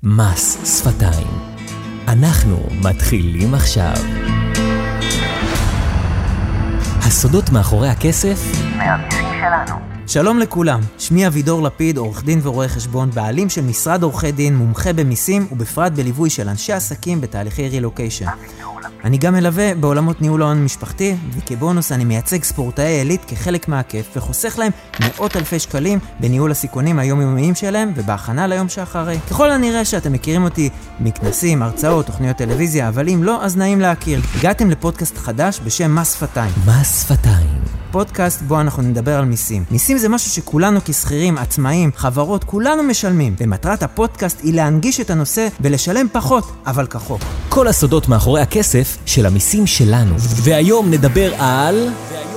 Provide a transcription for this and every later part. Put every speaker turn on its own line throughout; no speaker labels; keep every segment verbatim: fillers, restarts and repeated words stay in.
מס שפתיים. אנחנו מתחילים עכשיו. הסודות מאחורי הכסף
מהמיסים שלנו.
שלום לכולם, שמי אבידור לפיד, עורך דין ורואה חשבון, בעלים של משרד עורכי דין, מומחה במיסים ובפרט בליווי של אנשי עסקים בתהליכי רילוקיישן. אני גם מלווה בעולמות ניהול ההון משפחתי, וכבונוס אני מייצג ספורטאי עילית כחלק מהכיף, וחוסך להם מאות אלפי שקלים בניהול הסיכונים היומיומיים שלהם ובהכנה ליום שאחרי. ככל הנראה שאתם מכירים אותי מכנסים, הרצאות, תוכניות טלוויזיה, אבל אם לא, אז נעים להכיר. הגעתם לפודקאסט חדש בשם מס שפתיים.
מס שפתיים.
פודקאסט בו אנחנו נדבר על מיסים. מיסים זה משהו שכולנו כשכירים, עצמאים, חברות, כולנו משלמים. ומטרת הפודקאסט היא להנגיש את הנושא ולשלם פחות, אבל כחוק.
כל הסודות מאחורי הכסף של המיסים שלנו. והיום נדבר על...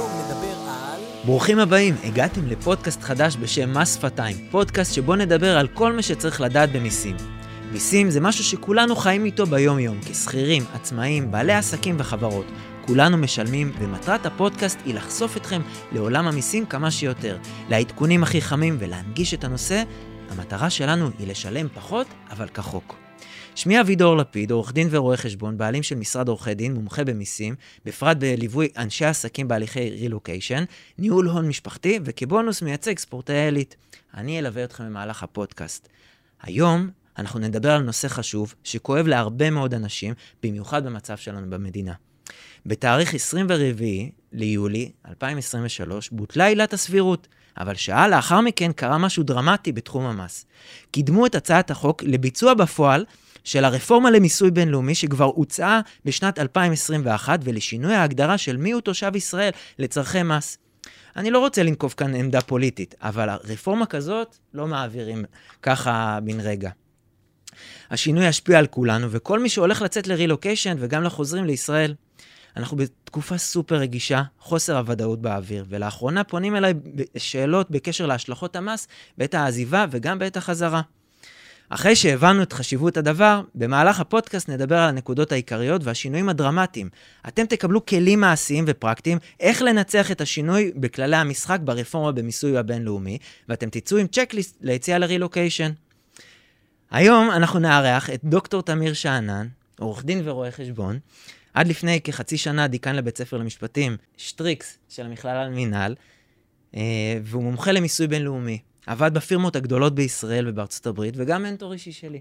ברוכים הבאים, הגעתם לפודקאסט חדש בשם מס שפתיים. פודקאסט שבו נדבר על כל מה שצריך לדעת במיסים. מיסים זה משהו שכולנו חיים איתו ביום יום, כשכירים, עצמאים, בעלי עסקים וחברות. כולנו משלמים, ומטרת הפודקאסט היא לחשוף אתכם לעולם המיסים כמה שיותר, לעדכונים הכי חמים ולהנגיש את הנושא. המטרה שלנו היא לשלם פחות, אבל כחוק. שמי אבידור לפיד, עורך דין ורואה חשבון, בעלים של משרד עורכי דין, מומחה במיסים, בפרט בליווי אנשי עסקים בהליכי רילוקיישן, ניהול הון משפחתי, וכבונוס מייצג ספורטאי עילית. אני אלווה אתכם במהלך הפודקאסט. היום אנחנו נדבר על נושא חשוב שכואב להרבה מאוד אנשים, במיוחד במצב שלנו במדינה. בתאריך עשרים וארבעה ליולי אלפיים עשרים ושלוש בוטלה עילת הסבירות, אבל שעה לאחר מכן קרה משהו דרמטי בתחום המס. קידמו את הצעת החוק לביצוע בפועל של הרפורמה למיסוי בינלאומי שכבר הוצאה בשנת אלפיים עשרים ואחת ולשינוי ההגדרה של מיהו תושב ישראל לצרכי מס. אני לא רוצה לנקוף כאן עמדה פוליטית, אבל הרפורמה כזאת לא מעבירים ככה בן רגע. השינוי ישפיע על כולנו, וכל מי שהולך לצאת לרילוקיישן וגם לחוזרים לישראל. אנחנו בתקופה סופר רגישה, חוסר הוודאות באוויר, ולאחרונה פונים אליי שאלות בקשר להשלכות המס בעת העזיבה וגם בעת החזרה. אחרי שהבנו את חשיבות הדבר, במהלך הפודקאסט נדבר על הנקודות העיקריות והשינויים הדרמטיים. אתם תקבלו כלים מעשיים ופרקטיים איך לנצח את השינוי בכללי המשחק ברפורמה במיסוי הבינלאומי, ואתם תצאו עם צ'קליסט ליציאה לרילוקיישן. היום אנחנו נארח את דוקטור תמיר שאנן, עורך דין ורואה חשבון, עד לפני כחצי שנה דיקן לבית ספר למשפטים, שטריקס של המכללה למינהל, והוא מומחה למיסוי בינלאומי. עבד בפירמות הגדולות בישראל ובארצות הברית, וגם מנטור אישי שלי.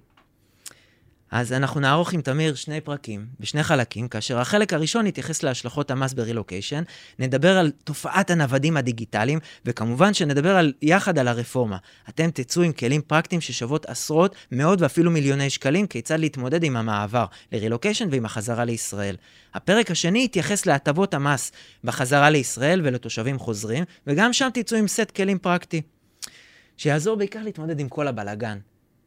אז אנחנו נערוך עם תמיר שני פרקים, בשני חלקים, כאשר החלק הראשון יתייחס להשלכות המס ברילוקיישן, נדבר על תופעת הנוודים הדיגיטליים, וכמובן שנדבר על, יחד על הרפורמה. אתם תצאו עם כלים פרקטיים ששוות עשרות, מאות ואפילו מיליוני שקלים, כיצד להתמודד עם המעבר לרילוקיישן ועם החזרה לישראל. הפרק השני יתייחס להטבות המס בחזרה לישראל ולתושבים חוזרים, וגם שם תצאו עם סט כלים פרקטי, שיעזור בעיקר להתמודד עם כל הבלגן.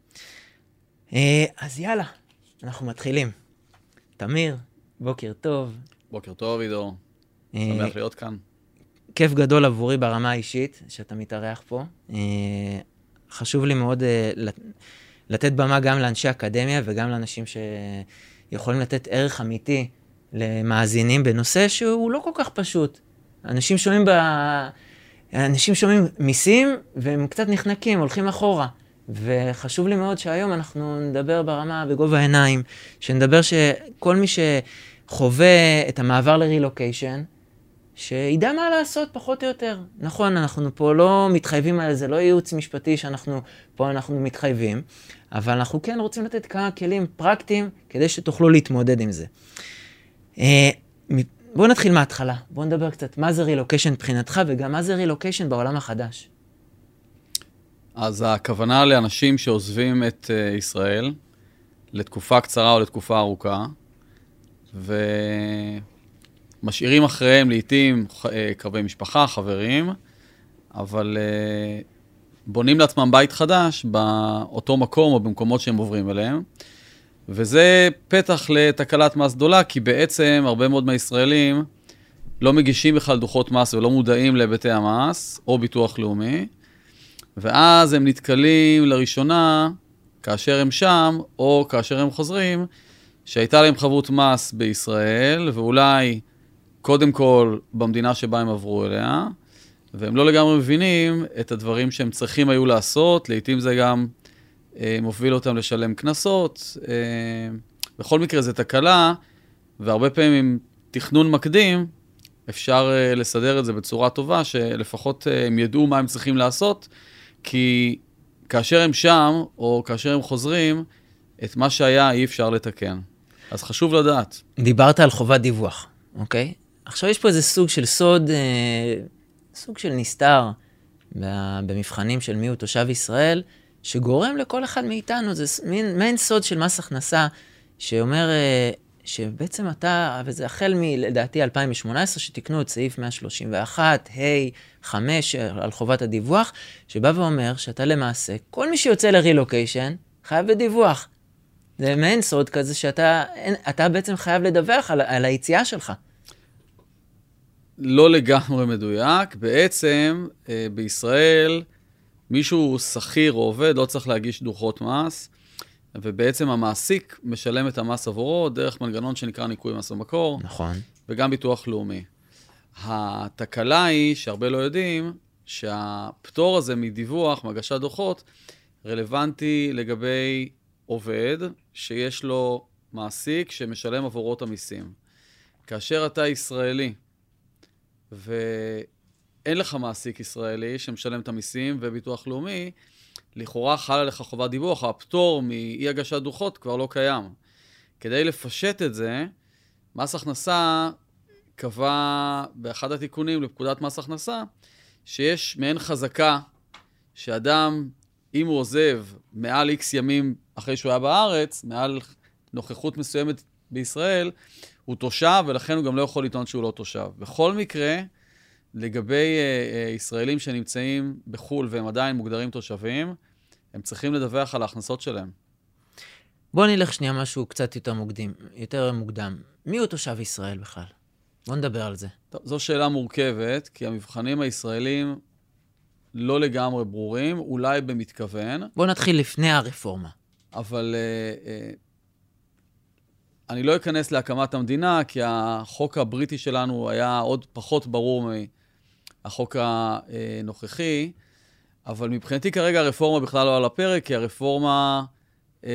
אז יאללה, אנחנו מתחילים. תמיר, בוקר טוב.
בוקר טוב, עידו. שמח להיות כאן.
כיף גדול עבורי ברמה האישית, שאתה מתארח פה. חשוב לי מאוד לתת במה גם לאנשי אקדמיה, וגם לאנשים שיכולים לתת ערך אמיתי למאזינים בנושא שהוא לא כל כך פשוט. אנשים שומעים, ב... אנשים שומעים מיסים, והם קצת נחנקים, הולכים אחורה. וחשוב לי מאוד שהיום אנחנו נדבר ברמה בגובה העיניים, שנדבר שכל מי שחווה את המעבר לרילוקיישן, שידע מה לעשות פחות או יותר. נכון, אנחנו פה לא מתחייבים על זה, לא ייעוץ משפטי שאנחנו פה אנחנו מתחייבים, אבל אנחנו כן רוצים לתת כמה כלים פרקטיים כדי שתוכלו להתמודד עם זה. בואו נתחיל מההתחלה, בואו נדבר קצת מה זה רילוקיישן מבחינתך וגם מה זה רילוקיישן בעולם החדש.
אז הכוונה לאנשים שעוזבים את uh, ישראל לתקופה קצרה או לתקופה ארוכה, ומשאירים אחריהם לעתים uh, קרובי משפחה, חברים, אבל uh, בונים לעצמם בית חדש באותו מקום או במקומות שהם עוברים אליהם, וזה פתח לתקלת מס גדולה, כי בעצם הרבה מאוד מהישראלים לא מגישים בכלל דוחות מס ולא מודעים להיבטי המס או ביטוח לאומי, ואז הם נתקלים לראשונה, כאשר הם שם, או כאשר הם חוזרים, שהייתה להם חבות מס בישראל, ואולי קודם כל במדינה שבה הם עברו אליה, והם לא לגמרי מבינים את הדברים שהם צריכים היו לעשות, לעתים זה גם מוביל אותם לשלם כנסות. בכל מקרה זה תקלה, והרבה פעמים עם תכנון מקדים, אפשר לסדר את זה בצורה טובה, שלפחות הם ידעו מה הם צריכים לעשות, כי כאשר הם שם, או כאשר הם חוזרים, את מה שהיה אי אפשר לתקן. אז חשוב לדעת.
דיברת על חובת דיווח, אוקיי? עכשיו יש פה איזה סוג של סוד, סוג של נסתר, במבחנים של מיהו תושב ישראל, שגורם לכל אחד מאיתנו, זה מין, מעין סוד של מס הכנסה, שאומר שבעצם אתה, וזה החל מלדעתי אלפיים ושמונה עשרה, שתקנו את סעיף מאה שלושים ואחת, היי, חמש, על חובת הדיווח, שבא ואומר שאתה למעשה, כל מי שיוצא לרילוקיישן, חייב בדיווח. זה מעין סוד כזה שאתה אתה בעצם חייב לדווח על, על היציאה שלך.
לא לגמרי מדויק. בעצם, אה, בישראל, מישהו שכיר או עובד, לא צריך להגיש דוחות מס, ובעצם המעסיק משלם את המס עבורו, דרך מנגנון שנקרא ניכוי מס במקור.
נכון.
וגם ביטוח לאומי. התקלה היא, שהרבה לא יודעים, שהפטור הזה מדיווח, מהגשת דוחות, רלוונטי לגבי עובד, שיש לו מעסיק שמשלם עבורו את המיסים. כאשר אתה ישראלי, ואין לך מעסיק ישראלי שמשלם את המיסים וביטוח לאומי, לכאורה חלה לך חובת דיווח, הפטור מאי הגשת דוחות כבר לא קיים. כדי לפשט את זה, מס הכנסה קבע באחד התיקונים לפקודת מס הכנסה, שיש מעין חזקה שאדם, אם הוא עוזב מעל איקס ימים אחרי שהוא היה בארץ, מעל נוכחות מסוימת בישראל, הוא תושב, ולכן הוא גם לא יכול לטעון שהוא לא תושב. בכל מקרה, לגבי אה, אה, ישראלים שנמצאים בחול והם עדיין מוגדרים תושבים, הם צריכים לדווח על ההכנסות שלהם.
בוא נלך שנייה משהו קצת יותר מוקדם. יותר מוקדם. מי הוא תושב ישראל בכלל? בוא נדבר על זה.
טוב, זו שאלה מורכבת, כי המבחנים הישראלים לא לגמרי ברורים, אולי במתכוון.
בוא נתחיל לפני הרפורמה.
אבל אה, אה, אני לא אכנס להקמת המדינה, כי החוק הבריטי שלנו היה עוד פחות ברור מהחוק הנוכחי, אבל מבחינתי כרגע הרפורמה בכלל לא על הפרק, כי הרפורמה אה,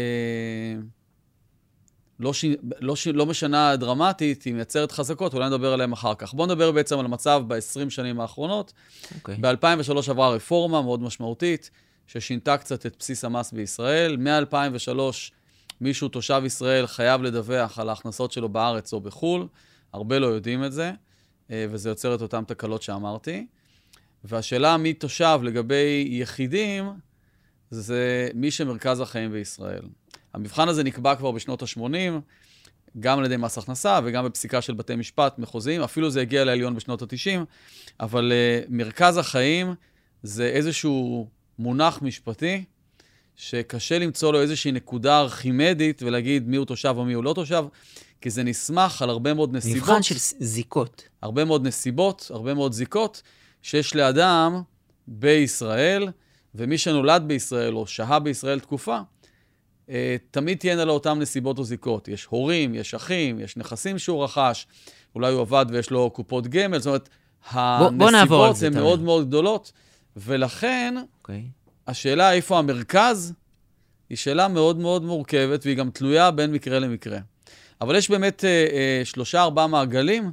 לא, ש... לא, ש... לא משנה דרמטית, היא מייצרת חזקות, אולי נדבר עליהם אחר כך. בואו נדבר בעצם על המצב ב-עשרים שנים האחרונות. Okay. ב-אלפיים ושלוש עברה רפורמה מאוד משמעותית, ששינתה קצת את בסיס המס בישראל. מ-אלפיים ושלוש מישהו תושב ישראל חייב לדווח על ההכנסות שלו בארץ או בחול. הרבה לא יודעים את זה, וזה יוצר את אותם תקלות שאמרתי. והשאלה מי תושב לגבי יחידים, זה מי שמרכז החיים בישראל. המבחן הזה נקבע כבר בשנות ה-שמונים, גם על ידי מס הכנסה וגם בפסיקה של בתי משפט מחוזיים, אפילו זה הגיע לעליון בשנות ה-תשעים, אבל uh, מרכז החיים זה איזשהו מונח משפטי, שקשה למצוא לו איזושהי נקודה ארכימדית ולהגיד מי הוא תושב או מי הוא לא תושב, כי זה נסמך על הרבה מאוד נסיבות.
מבחן של זיקות.
הרבה מאוד נסיבות, הרבה מאוד זיקות, שיש לאדם בישראל, ומי שנולד בישראל או שהה בישראל תקופה, תמיד תהיינה לו אותם נסיבות או זיקות. יש הורים, יש אחים, יש נכסים שהוא רכש, אולי הוא עבד ויש לו קופות גמל, זאת אומרת, הנסיבות הן מאוד מאוד גדולות, ולכן okay. השאלה איפה המרכז, היא שאלה מאוד מאוד מורכבת, והיא גם תלויה בין מקרה למקרה. אבל יש באמת אה, אה, שלושה ארבעה מעגלים,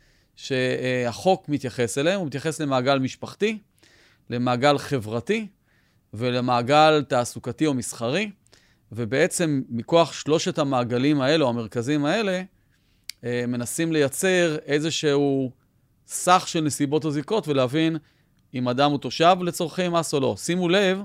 שהחוק מתייחס אליהם, הוא מתייחס למעגל משפחתי, למעגל חברתי, ולמעגל תעסוקתי או מסחרי, ובעצם מכוח שלושת המעגלים האלה, או המרכזים האלה, מנסים לייצר איזשהו סך של נסיבות או זיקות, ולהבין אם אדם הוא תושב לצורכי מס או לא. שימו לב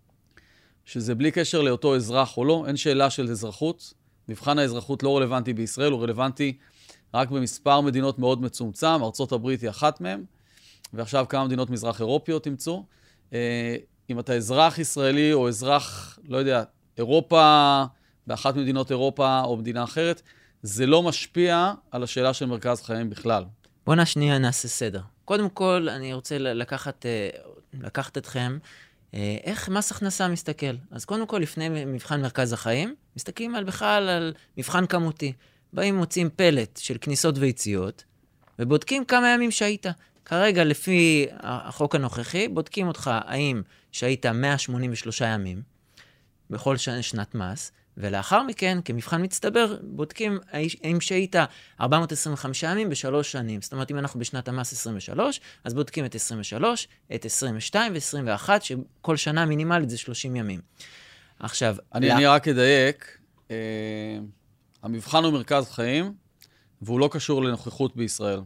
שזה בלי קשר לאותו אזרח או לא, אין שאלה של אזרחות. מבחן האזרחות לא רלוונטי בישראל, הוא רלוונטי רק במספר מדינות מאוד מצומצם, ארצות הברית היא אחת מהן, ועכשיו כמה מדינות מזרח אירופיות תמצאו. אם אתה אזרח ישראלי או אזרח, לא יודע, אירופה, באחת ממדינות אירופה או מדינה אחרת, זה לא משפיע על השאלה של מרכז חיים בכלל.
בוא נשנייה נעשה סדר. קודם כל, אני רוצה לקחת, לקחת אתכם, איך מס הכנסה מסתכל. אז קודם כל, לפני מבחן מרכז החיים, מסתכלים על בכלל על מבחן כמותי. באים מוצאים פלט של כניסות ויציאות, ובודקים כמה ימים שהיית. כרגע, לפי החוק הנוכחי, בודקים אותך האם שהיית מאה שמונים ושלושה ימים, בכל שנה, שנת מס, ולאחר מכן, כמבחן מצטבר, בודקים האם שהיית ארבע מאות עשרים וחמישה ימים בשלוש שנים. זאת אומרת, אם אנחנו בשנת המס עשרים ושלוש, אז בודקים את עשרים ושלוש, את עשרים ושתיים ו-עשרים ואחת, שכל שנה מינימלית זה שלושים ימים. עכשיו...
אני, לה... אני רק אדייק, אה, המבחן הוא מרכז חיים, והוא לא קשור לנוכחות בישראל.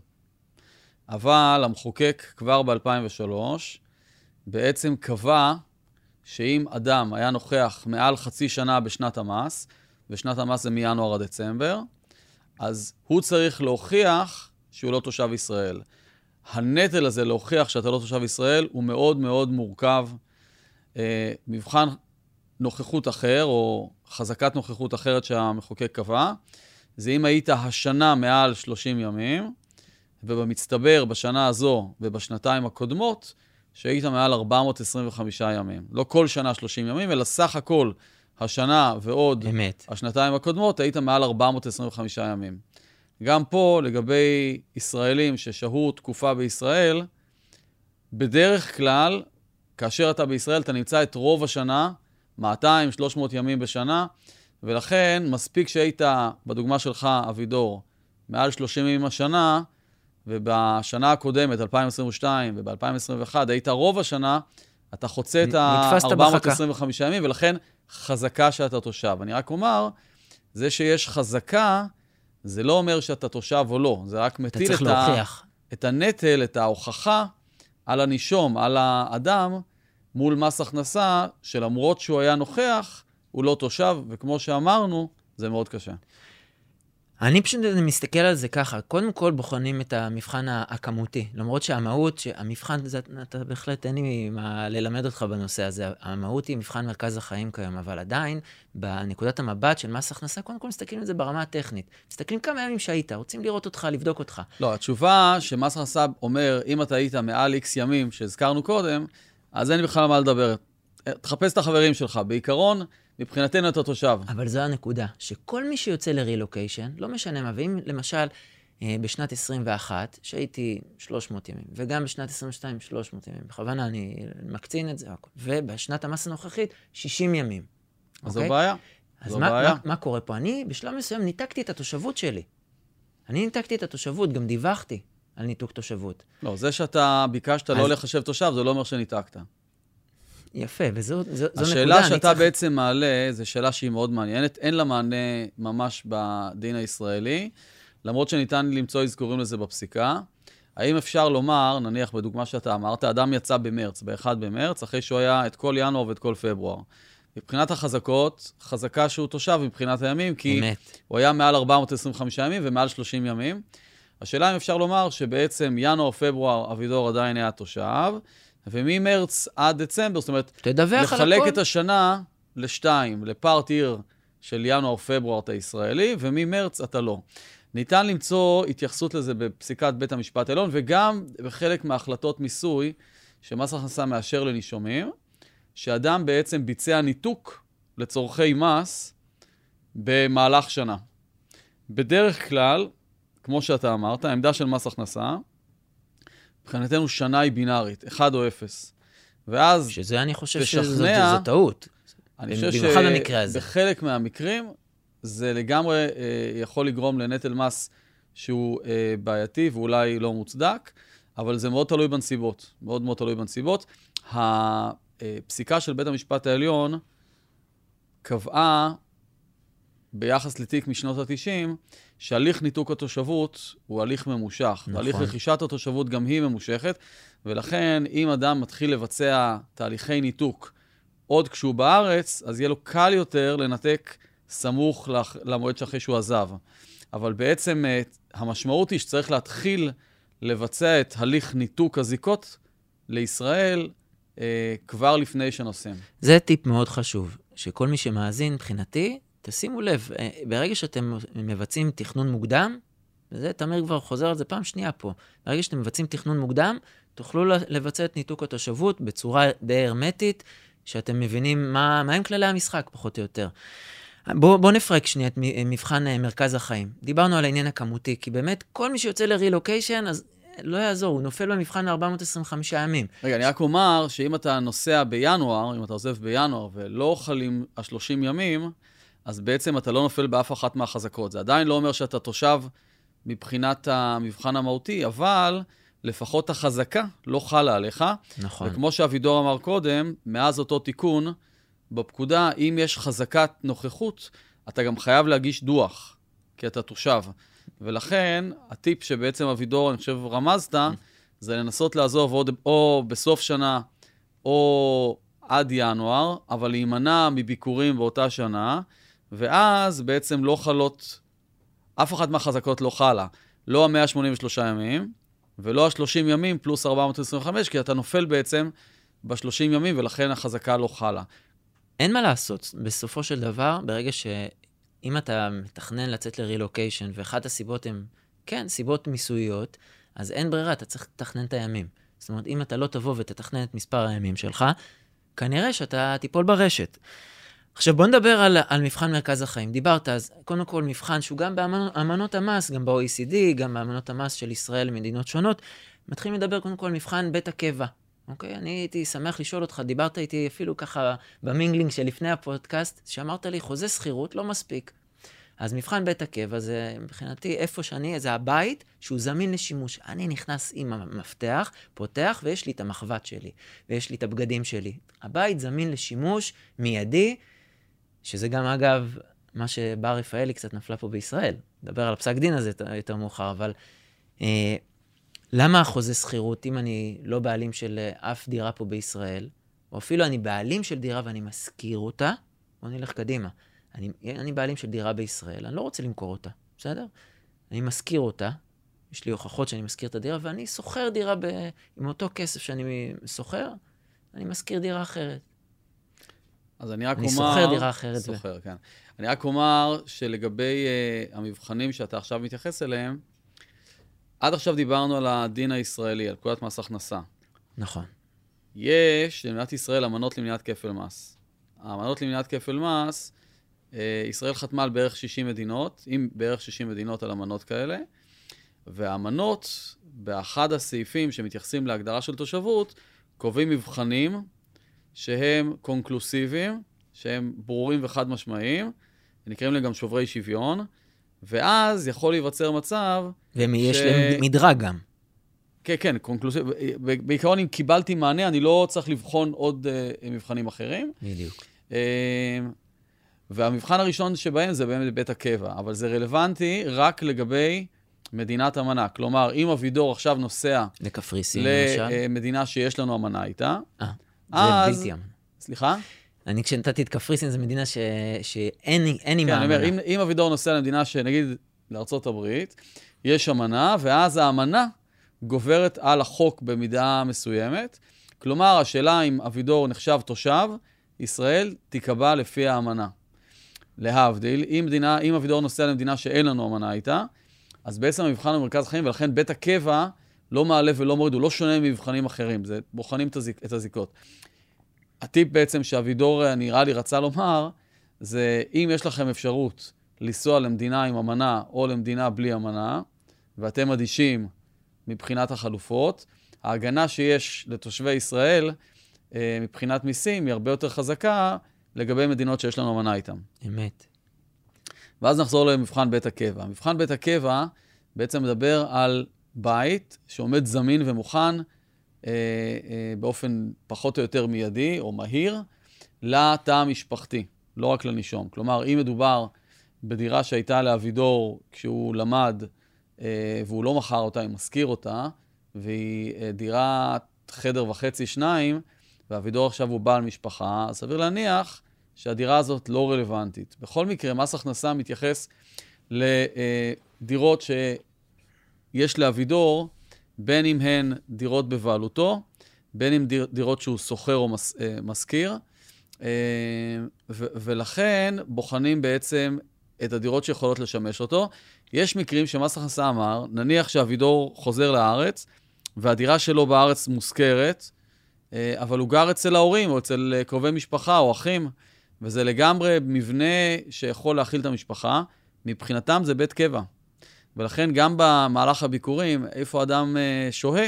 אבל המחוקק כבר ב-אלפיים ושלוש, בעצם קבע שאם אדם היה נוכח מעל חצי שנה בשנת המס, ושנת המס זה מינואר עד דצמבר, אז הוא צריך להוכיח שהוא לא תושב ישראל. הנטל הזה להוכיח שאתה לא תושב ישראל הוא מאוד מאוד מורכב. אה, מבחן נוכחות אחר, או חזקת נוכחות אחרת שהמחוקק קבע, זה אם היית השנה מעל שלושים ימים, ובמצטבר בשנה הזו ובשנתיים הקודמות, שהיית מעל ארבע מאות עשרים וחמישה ימים. לא כל שנה שלושים ימים, אלא סך הכל השנה ועוד
אמת.
השנתיים הקודמות, היית מעל ארבע מאות עשרים וחמישה ימים. גם פה, לגבי ישראלים ששהו תקופה בישראל, בדרך כלל, כאשר אתה בישראל, אתה נמצא את רוב השנה, מאתיים שלוש מאות ימים בשנה, ולכן מספיק שהיית, בדוגמה שלך, אבידור, מעל שלושים ימים השנה, ובשנה הקודמת, אלפיים עשרים ושתיים, וב-אלפיים עשרים ואחת, היית רוב השנה, אתה חוצה את ה-ארבע מאות עשרים וחמישה ימים, ולכן חזקה שאתה תושב. אני רק אומר, זה שיש חזקה, זה לא אומר שאתה תושב או לא, זה רק מטיל את, ה... את הנטל, את ההוכחה, על הנישום, על האדם, מול מס הכנסה, שלמרות שהוא היה נוכח, הוא לא תושב, וכמו שאמרנו, זה מאוד קשה.
אני פשוט מסתכל על זה ככה, קודם כל בוחנים את המבחן הכמותי, למרות שהמהות, שהמבחן, זה, אתה בהחלט אין לי מה ללמד אותך בנושא הזה, המהות היא מבחן מרכז החיים כיום, אבל עדיין, בנקודת המבט של מס הכנסה, קודם כל מסתכלים על זה ברמה הטכנית, מסתכלים כמה ימים שהיית, רוצים לראות אותך, לבדוק אותך.
לא, התשובה שמס הכנסה אומר, אם אתה היית מעל איקס ימים שהזכרנו קודם, אז אין בכלל מה לדבר. תחפש את החברים שלך, בעיקרון, מבחינתנו אתה תושב.
אבל זו הנקודה, שכל מי שיוצא לרילוקיישן, לא משנה מה, ואם למשל בשנת עשרים ואחת, שהייתי שלוש מאות ימים, וגם בשנת עשרים ושתיים שלוש מאות ימים, בכוונה אני מקצין את זה, ובשנת המס הנוכחית שישים ימים.
אז זו בעיה.
אז מה, מה, מה קורה פה? אני בשלב מסוים ניתקתי את התושבות שלי. אני ניתקתי את התושבות, גם דיווחתי על ניתוק תושבות.
לא, זה שאתה ביקשת אז... לא לחשב תושב, זה לא אומר שניתקת.
יפה, וזו זו, זו נקודה.
השאלה שאתה
צריך...
בעצם מעלה, זו שאלה שהיא מאוד מעניינת, אין לה מענה ממש בדין הישראלי, למרות שניתן למצוא אזכורים לזה בפסיקה. האם אפשר לומר, נניח בדוגמה שאתה אמרת, אדם יצא במרץ, ב-אחד במרץ, אחרי שהוא היה את כל ינואר ואת כל פברואר. מבחינת החזקות, חזקה שהוא תושב מבחינת הימים, כי
אמת.
הוא היה מעל ארבע מאות עשרים וחמישה ימים ומעל שלושים ימים. השאלה אם אפשר לומר שבעצם ינואר, פברואר, אבידור עדיין היה תושב, וממרץ עד דצמבר, זאת אומרת, לחלק את השנה לשתיים, לפארט עיר של ינואר, פברואר אתה ישראלי, וממרץ אתה לא. ניתן למצוא התייחסות לזה בפסיקת בית המשפט העליון, וגם בחלק מההחלטות מיסוי, שמס הכנסה מאשר לנישומים, שאדם בעצם ביצע ניתוק לצורכי מס במהלך שנה. בדרך כלל, כמו שאתה אמרת, העמדה של מס הכנסה, מבחינתנו שנה היא בינארית, אחד או אפס. ואז
שזה אני חושב שזו טעות.
אני חושב שבחלק מהמקרים, זה לגמרי אה, יכול לגרום לנטל מס שהוא אה, בעייתי ואולי לא מוצדק, אבל זה מאוד תלוי בנסיבות, מאוד מאוד תלוי בנסיבות. הפסיקה של בית המשפט העליון קבעה ביחס לתיק משנות ה-תשעים, שהליך ניתוק התושבות הוא הליך ממושך. נכון. הליך רכישת התושבות גם היא ממושכת, ולכן אם אדם מתחיל לבצע תהליכי ניתוק עוד כשהוא בארץ, אז יהיה לו קל יותר לנתק סמוך למועד שאחרי שהוא עזב. אבל בעצם המשמעות היא שצריך להתחיל לבצע את הליך ניתוק הזיקות לישראל אה, כבר לפני שנוסעים.
זה טיפ מאוד חשוב, שכל מי שמאזין מבחינתי, תשימו לב, ברגע שאתם מבצעים תכנון מוקדם, וזה תמיר כבר חוזר על זה פעם שנייה פה, ברגע שאתם מבצעים תכנון מוקדם, תוכלו לבצע את ניתוק התושבות בצורה די הרמטית, שאתם מבינים מה, מה הם כללי המשחק, פחות או יותר. בואו בוא נפרק שנייה את מבחן מרכז החיים. דיברנו על העניין הכמותי, כי באמת כל מי שיוצא לרילוקיישן, אז לא יעזור, הוא נופל במבחן ארבע מאות עשרים וחמישה ימים.
רגע, אני רק אומר שאם אתה נוסע בינואר, אם אתה עוזב בינואר ולא חלים ה-שלושים ימים, אז בעצם אתה לא נופל באף אחת מהחזקות. זה עדיין לא אומר שאתה תושב מבחינת המבחן המהותי, אבל לפחות החזקה לא חלה עליך.
נכון.
וכמו שאבידור אמר קודם, מאז אותו תיקון, בפקודה, אם יש חזקת נוכחות, אתה גם חייב להגיש דוח, כי אתה תושב. ולכן, הטיפ שבעצם אבידור, אני חושב, רמזת, זה לנסות לעזוב או, או בסוף שנה, או עד ינואר, אבל להימנע מביקורים באותה שנה, ואז בעצם לא חלות, אף אחת מהחזקות לא חלה, לא ה-מאה שמונים ושלושה ימים, ולא ה-שלושים ימים פלוס ארבע מאות עשרים וחמש, כי אתה נופל בעצם ב-שלושים ימים, ולכן החזקה לא חלה.
אין מה לעשות. בסופו של דבר, ברגע שאם אתה מתכנן לצאת לרילוקיישן, ואחת הסיבות הן, כן, סיבות מיסויות, אז אין ברירה, אתה צריך לתכנן את הימים. זאת אומרת, אם אתה לא תבוא ותתכנן את מספר הימים שלך, כנראה שאתה תיפול ברשת. עכשיו בוא נדבר על, על מבחן מרכז החיים. דיברת, אז קודם כל מבחן שהוא גם באמנות המס, גם ב-או אי סי די, גם באמנות המס של ישראל למדינות שונות, מתחילים לדבר קודם כל מבחן בית הקבע. אוקיי? אני הייתי שמח לשאול אותך, דיברת איתי אפילו ככה במינגלינג שלפני הפודקאסט, שאמרת לי חוזה שכירות לא מספיק. אז מבחן בית הקבע זה מבחינתי איפה שאני, זה הבית שהוא זמין לשימוש. אני נכנס עם המפתח, פותח ויש לי את המחבת שלי, ויש לי את הבגדים שלי. הבית זמין לשימוש מיידי, שזה גם אגב מה שבר רפאלי קצת נפלה פה בישראל. נדבר על הפסק דין הזה יותר מאוחר, אבל אה, למה החוזה שכירות, אם אני לא בעלים של אף דירה פה בישראל, או אפילו אני בעלים של דירה ואני מזכיר אותה, בוא נלך קדימה. אני, אני בעלים של דירה בישראל, אני לא רוצה למכור אותה, בסדר? אני מזכיר אותה, יש לי הוכחות שאני מזכיר את הדירה, ואני סוחר דירה ב, עם אותו כסף שאני סוחר, אני מזכיר דירה אחרת.
אז אני רק
אני
אומר...
סוחר דירה אחרת.
סוחר, ו... כן. אני רק אומר שלגבי uh, המבחנים שאתה עכשיו מתייחס אליהם, עד עכשיו דיברנו על הדין הישראלי, על פקודת מס הכנסה.
נכון.
יש למדינת ישראל אמנות למניעת כפל מס. האמנות למניעת כפל מס, ישראל חתמה על בערך שישים מדינות, עם בערך שישים מדינות על אמנות כאלה, והאמנות, באחד הסעיפים שמתייחסים להגדרה של תושבות, קובעים מבחנים שהם קונקלוסיביים, שהם ברורים וחד משמעיים, ונקראים להם גם שוברי שוויון, ואז יכול להיווצר מצב...
ויש ש... להם מדרג גם.
כן, כן, קונקלוסיבי. בעיקרון, אם קיבלתי מענה, אני לא צריך לבחון עוד uh, מבחנים אחרים.
בדיוק.
Uh, והמבחן הראשון שבהם זה באמת בית הקבע, אבל זה רלוונטי רק לגבי מדינת אמנה. כלומר, אם אבידור עכשיו נוסע...
לקפריסין, למשל.
למדינה שיש לנו אמנה איתה.
אה,
אז...
זה בלתי אמנה.
סליחה?
אני כשנתתי את קפריסין, זו מדינה ש... שאין עם
כן,
האמנה.
אני אומר, אם, אם אבידור נוסע למדינה שנגיד לארצות הברית, יש אמנה, ואז האמנה גוברת על החוק במידה מסוימת. כלומר, השאלה אם אבידור נחשב תושב, ישראל תיקבע לפי האמנה. להבדיל, אם, מדינה, אם אבידור נוסע למדינה שאין לנו אמנה איתה, אז בעצם המבחן במרכז החיים, ולכן בית הקבע לא מעלה ולא מוריד, הוא לא שונה ממבחנים אחרים, זה בוחנים את, הזיק, את הזיקות. הטיפ בעצם שאבידור נראה לי רצה לומר, זה אם יש לכם אפשרות לנסוע למדינה עם אמנה או למדינה בלי אמנה, ואתם אדישים מבחינת החלופות, ההגנה שיש לתושבי ישראל מבחינת מיסים היא הרבה יותר חזקה לגבי מדינות שיש לנו אמנה איתם.
אמת.
ואז נחזור למבחן בית הקבע. מבחן בית הקבע בעצם מדבר על בית שעומד זמין ומוכן אה, אה, באופן פחות או יותר מיידי או מהיר לתא המשפחתי, לא רק לנישום. כלומר, אם מדובר בדירה שהייתה לאבידור כשהוא למד אה, והוא לא מכר אותה, הוא מזכיר אותה, והיא אה, דירת חדר וחצי שניים, ואבידור עכשיו הוא בעל משפחה, אז סביר להניח שהדירה הזאת לא רלוונטית. בכל מקרה, מס הכנסה מתייחס לדירות שיש לאבידור, בין אם הן דירות בבעלותו, בין אם דירות שהוא סוחר או מזכיר, ולכן בוחנים בעצם את הדירות שיכולות לשמש אותו. יש מקרים שמס הכנסה אמר, נניח שאבידור חוזר לארץ, והדירה שלו בארץ מוזכרת, אבל הוא גר אצל ההורים, או אצל קרובי משפחה, או אחים, וזה לגמרי מבנה שיכול להכיל את המשפחה. מבחינתם זה בית קבע. ולכן גם במהלך הביקורים, איפה אדם שוהה,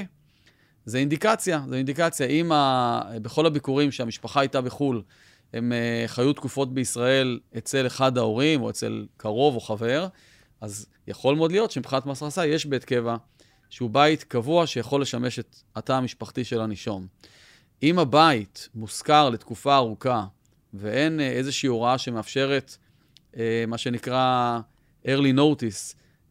זה אינדיקציה, זה אינדיקציה. אם ה... בכל הביקורים שהמשפחה הייתה בחול, הם חיו תקופות בישראל אצל אחד ההורים, או אצל קרוב או חבר, אז יכול מאוד להיות שמבחינת מס הכנסה יש בית קבע, שהוא בית קבוע שיכול לשמש את התא המשפחתי של הנישום. אם הבית מושכר לתקופה ארוכה, ואין איזושהי הוראה שמאפשרת, מה שנקרא early notice,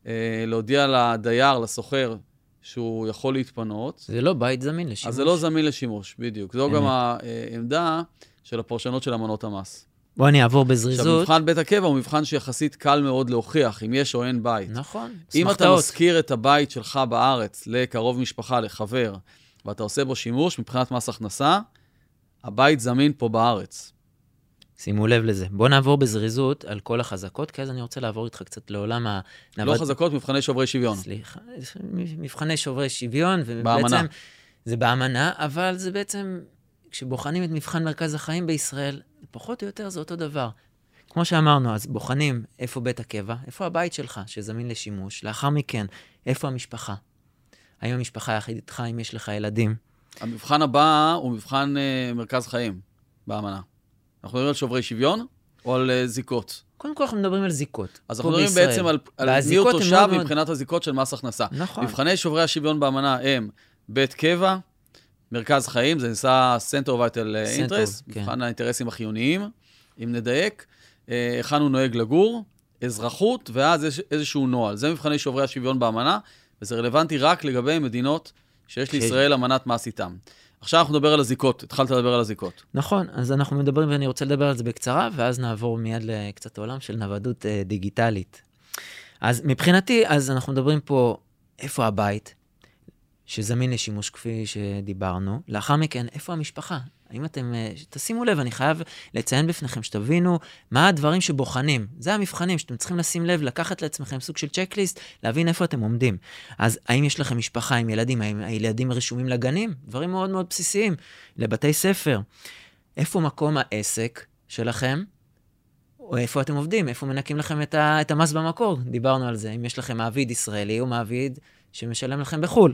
להודיע לדייר, לסוחר, שהוא יכול להתפנות.
זה לא בית זמין לשימוש.
אז זה לא זמין לשימוש, בדיוק. זו גם העמדה של הפרשנות של אמנות המס.
בוא אני אעבור בזריזות.
עכשיו, מבחן בית הקבע הוא מבחן שיחסית קל מאוד להוכיח, אם יש או אין בית.
נכון.
אם אתה מזכיר את הבית שלך בארץ לקרוב משפחה, לחבר, ואתה עושה בו שימוש, מבחינת מס הכנסה, הבית זמין פה בארץ.
שימו לב לזה. בוא נעבור בזריזות על כל החזקות, כי אז אני רוצה לעבור איתך קצת לעולם ה...
לא חזקות, מבחני שוברי שוויון.
סליחה, מבחני שוברי שוויון,
באמנה.
זה באמנה, אבל זה בעצם, כשבוחנים את מבחן מרכז החיים בישראל, פחות או יותר זה אותו דבר. כמו שאמרנו, אז בוחנים איפה בית הקבע, איפה הבית שלך שזמין לשימוש, לאחר מכן, איפה המשפחה. האם המשפחה היחיד איתך, אם יש לך ילדים.
המבחן הבא הוא מבחן uh, מרכז חיים באמנה. אנחנו מדברים על שוברי שוויון או על uh, זיקות?
קודם כל אנחנו מדברים על זיקות.
אז אנחנו מדברים בישראל. בעצם על, על מי הוא תושב מאוד... מבחינת הזיקות של מס הכנסה.
נכון.
מבחני שוברי השוויון באמנה הם בית קבע, מרכז חיים, זה נעשה Center of Vital Interest, מבחן האינטרסים החיוניים, אם נדייק, היכן הוא נוהג לגור, אזרחות, ואז איזשהו נוהל. זה מבחני שוברי השוויון באמנה, וזה רלוונטי רק לגבי מדינות שיש לישראל אמנת מס איתם. עכשיו אנחנו נדבר על הזיקות, התחלת לדבר על הזיקות.
נכון, אז אנחנו מדברים, ואני רוצה לדבר על זה בקצרה, ואז נעבור מיד לקצת עולם של נוודות דיגיטלית. אז מבחינתי, אז אנחנו מדברים פה איפה הבית, שזמין לשימוש כפי שדיברנו. לאחר מכן, איפה המשפחה? האם אתם, תשימו לב, אני חייב לציין בפניכם שתבינו מה הדברים שבוחנים. זה המבחנים שאתם צריכים לשים לב, לקחת לעצמכם סוג של צ'קליסט, להבין איפה אתם עומדים. אז האם יש לכם משפחה עם ילדים? האם הילדים רשומים לגנים? דברים מאוד מאוד בסיסיים, לבתי ספר. איפה מקום העסק שלכם? או איפה אתם עובדים? איפה מנקים לכם את, ה, את המס במקור? דיברנו על זה. אם יש לכם מעביד ישראלי או מעביד שמשלם לכם בחול.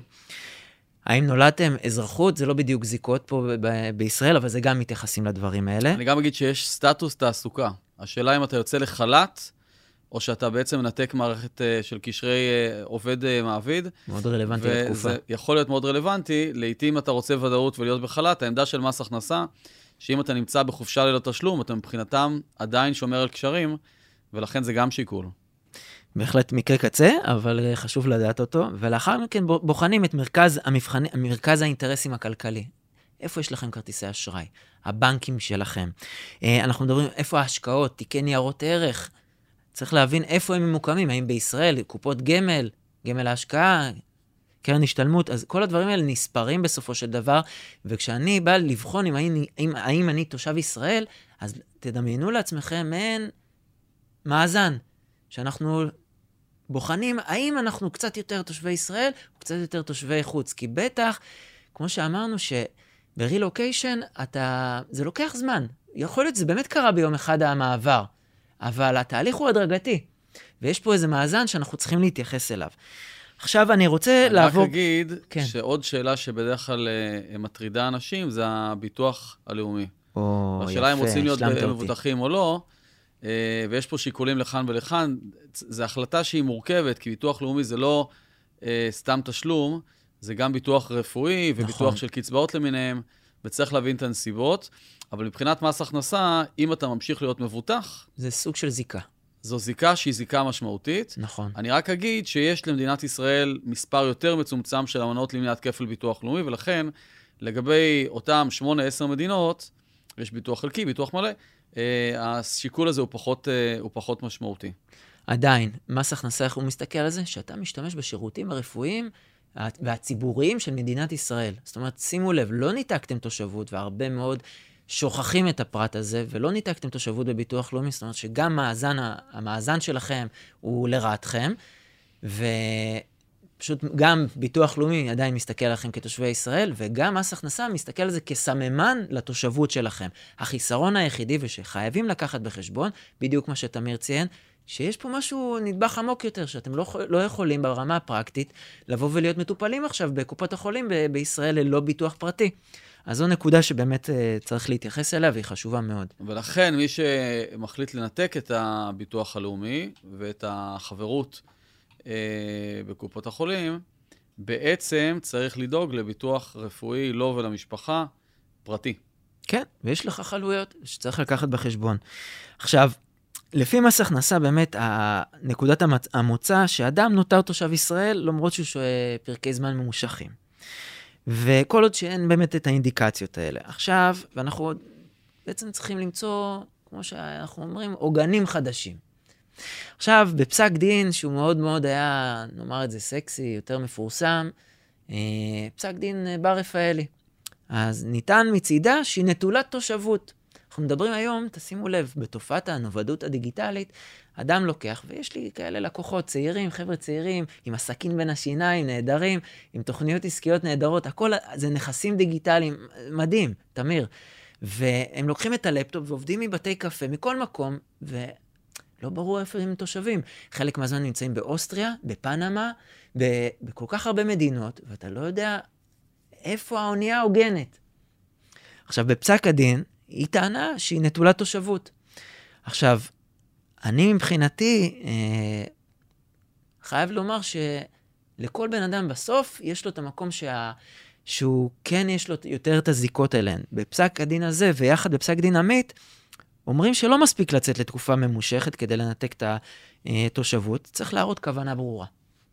האם נולדתם אזרחות? זה לא בדיוק זיקות פה ב- ב- בישראל, אבל זה גם מתייחסים לדברים האלה.
אני גם אגיד שיש סטטוס תעסוקה. השאלה אם אתה יוצא לחל"ת, או שאתה בעצם מנתק מערכת uh, של קשרי uh, עובד uh, מעביד.
מאוד רלוונטי לתקופה.
וזה יכול להיות מאוד רלוונטי. לעתים אתה רוצה ודאות ולהיות בחל"ת. העמדה של מס הכנסה, שאם אתה נמצא בחופשה ללא תשלום, אתה מבחינתם עדיין שומר על קשרים, ולכן זה גם שיקול.
בהחלט מקרה קצה, אבל חשוב לדעת אותו, ולאחר מכן בוחנים את מרכז, המבחני, מרכז האינטרסים הכלכלי. איפה יש לכם כרטיסי אשראי? הבנקים שלכם. אנחנו מדברים איפה ההשקעות, תיקי ניירות ערך. צריך להבין איפה הם ממוקמים, האם בישראל, קופות גמל, גמל ההשקעה, קרן השתלמות, אז כל הדברים האלה נספרים בסופו של דבר, וכשאני בא לבחון אם, האם, אם, האם אני תושב ישראל, אז תדמיינו לעצמכם מעין מאזן, שאנחנו בוחנים האם אנחנו קצת יותר תושבי ישראל, או קצת יותר תושבי חוץ, כי בטח, כמו שאמרנו, שברילוקיישן, אתה, זה לוקח זמן. יכול להיות, זה באמת קרה ביום אחד המעבר, אבל התהליך הוא הדרגתי, ויש פה איזה מאזן שאנחנו צריכים להתייחס אליו. עכשיו אני רוצה
אני
לעבור...
רק אגיד
כן.
שעוד שאלה שבדרך כלל uh, מטרידה אנשים, זה הביטוח הלאומי.
או,
השאלה
יפה,
אם רוצים להיות
השלמת אותי.
מבוטחים או לא, uh, ויש פה שיקולים לכאן ולכאן, זו החלטה שהיא מורכבת, כי ביטוח לאומי זה לא uh, סתם תשלום, זה גם ביטוח רפואי וביטוח
נכון.
של קצבאות למיניהם, וצריך להבין את הנסיבות, אבל מבחינת מס הכנסה, אם אתה ממשיך להיות מבוטח...
זה סוג של זיקה.
זו זיקה שהיא זיקה משמעותית.
נכון.
אני רק אגיד שיש למדינת ישראל מספר יותר מצומצם של אמנות למניעת כפל ביטוח לאומי, ולכן לגבי אותם שמונה עשר מדינות, יש ביטוח חלקי, ביטוח מלא, אה, השיקול הזה הוא פחות, אה, הוא פחות משמעותי.
עדיין, מס הכנסה, איך הוא מסתכל על זה? שאתה משתמש בשירותים הרפואיים והציבוריים של מדינת ישראל. זאת אומרת, שימו לב, לא ניתקתם תושבות, והרבה מאוד שוכחים את הפרט הזה, ולא ניתקתם תושבות בביטוח לאומי, זאת אומרת שגם מאזן, המאזן שלכם הוא לרעתכם, פשוט גם ביטוח לאומי עדיין מסתכל עליכם כתושבי ישראל, וגם מס הכנסה מסתכל על זה כסממן לתושבות שלכם. החיסרון היחידי ושחייבים לקחת בחשבון, בדיוק מה שתמיר ציין, שיש פה משהו נדבך עמוק יותר, שאתם לא, לא יכולים ברמה הפרקטית לבוא ולהיות מטופלים עכשיו בקופות החולים ב- בישראל ללא ביטוח פרטי. אז זו נקודה שבאמת uh, צריך להתייחס אליה, והיא חשובה מאוד.
ולכן מי שמחליט לנתק את הביטוח הלאומי ואת החברות אה, בקופות החולים, בעצם צריך לדאוג לביטוח רפואי לו ולמשפחה פרטי.
כן, ויש לך חלויות שצריך לקחת בחשבון. עכשיו, לפי מס הכנסה, באמת, נקודת המוצא שאדם נותר תושב ישראל, למרות שהוא שוהה פרקי זמן ממושכים. וכל עוד שאין באמת את האינדיקציות האלה. עכשיו, ואנחנו בעצם צריכים למצוא, כמו שאנחנו אומרים, עוגנים חדשים. עכשיו, בפסק דין, שהוא מאוד מאוד היה, נאמר את זה סקסי, יותר מפורסם, פסק דין בר רפאלי. אז ניתן מצידה שהיא נטולת תושבות. אנחנו מדברים היום, תשימו לב, בתופעת הנוודות הדיגיטלית, אדם לוקח, ויש לי כאלה לקוחות צעירים, חבר'ה צעירים, עם הסכין בין השיניים, נהדרים, עם תוכניות עסקיות נהדרות, הכל זה נכסים דיגיטליים, מדהים, תמיר. והם לוקחים את הלפטופ ועובדים מבתי קפה, מכל מקום, ולא ברור איפה הם תושבים. חלק מהזמן נמצאים באוסטריה, בפנמה, בכל כך הרבה מדינות, ואתה לא יודע איפה האונייה ההוגנת. עכשיו, בפסק הדין, היא טענה שהיא נטולת תושבות. עכשיו, אני מבחינתי אה, חייב לומר שלכל בן אדם בסוף יש לו את המקום שה, שהוא כן יש לו יותר את הזיקות אליהן. בפסק הדין הזה ויחד בפסק דין עמית, אומרים שלא מספיק לצאת לתקופה ממושכת כדי לנתק את התושבות, צריך להראות כוונה ברורה.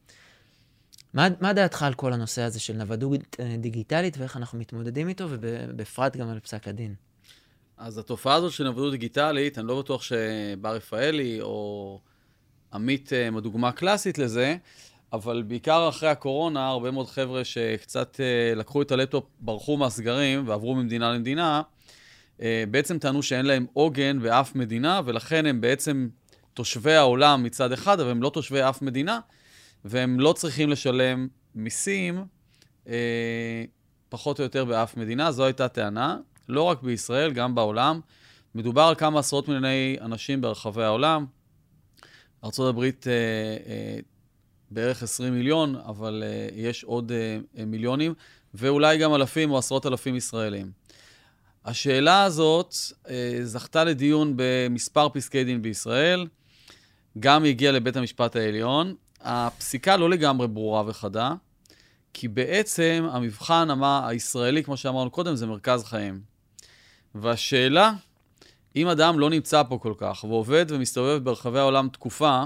מה, מה דעתך על כל הנושא הזה של נוודות דיגיטלית ואיך אנחנו מתמודדים איתו ובפרט גם על פסק הדין?
אז התופעה הזאת של נוודות דיגיטלית, אני לא בטוח שבר רפאלי או עמית הם דוגמה קלאסית לזה, אבל בעיקר אחרי הקורונה, הרבה מאוד חבר'ה שקצת לקחו את הלפטופ, ברחו מהסגרים ועברו ממדינה למדינה, בעצם טענו שאין להם עוגן באף מדינה, ולכן הם בעצם תושבי העולם מצד אחד, אבל הם לא תושבי אף מדינה, והם לא צריכים לשלם מיסים פחות או יותר באף מדינה. זו הייתה טענה. לא רק בישראל, גם בעולם. מדובר על כמה עשרות מיליוני אנשים ברחבי העולם. ארצות הברית אה, אה, בערך עשרים מיליון, אבל אה, יש עוד אה, מיליונים, ואולי גם אלפים או עשרות אלפים ישראלים. השאלה הזאת אה, זכתה לדיון במספר פסקי דין בישראל, גם הגיעה לבית המשפט העליון. הפסיקה לא לגמרי ברורה וחדה, כי בעצם המבחן המה, הישראלי, כמו שאמרנו קודם, זה מרכז חיים. והשאלה, אם אדם לא נמצא פה כל כך, ועובד ומסתובב ברחבי העולם תקופה,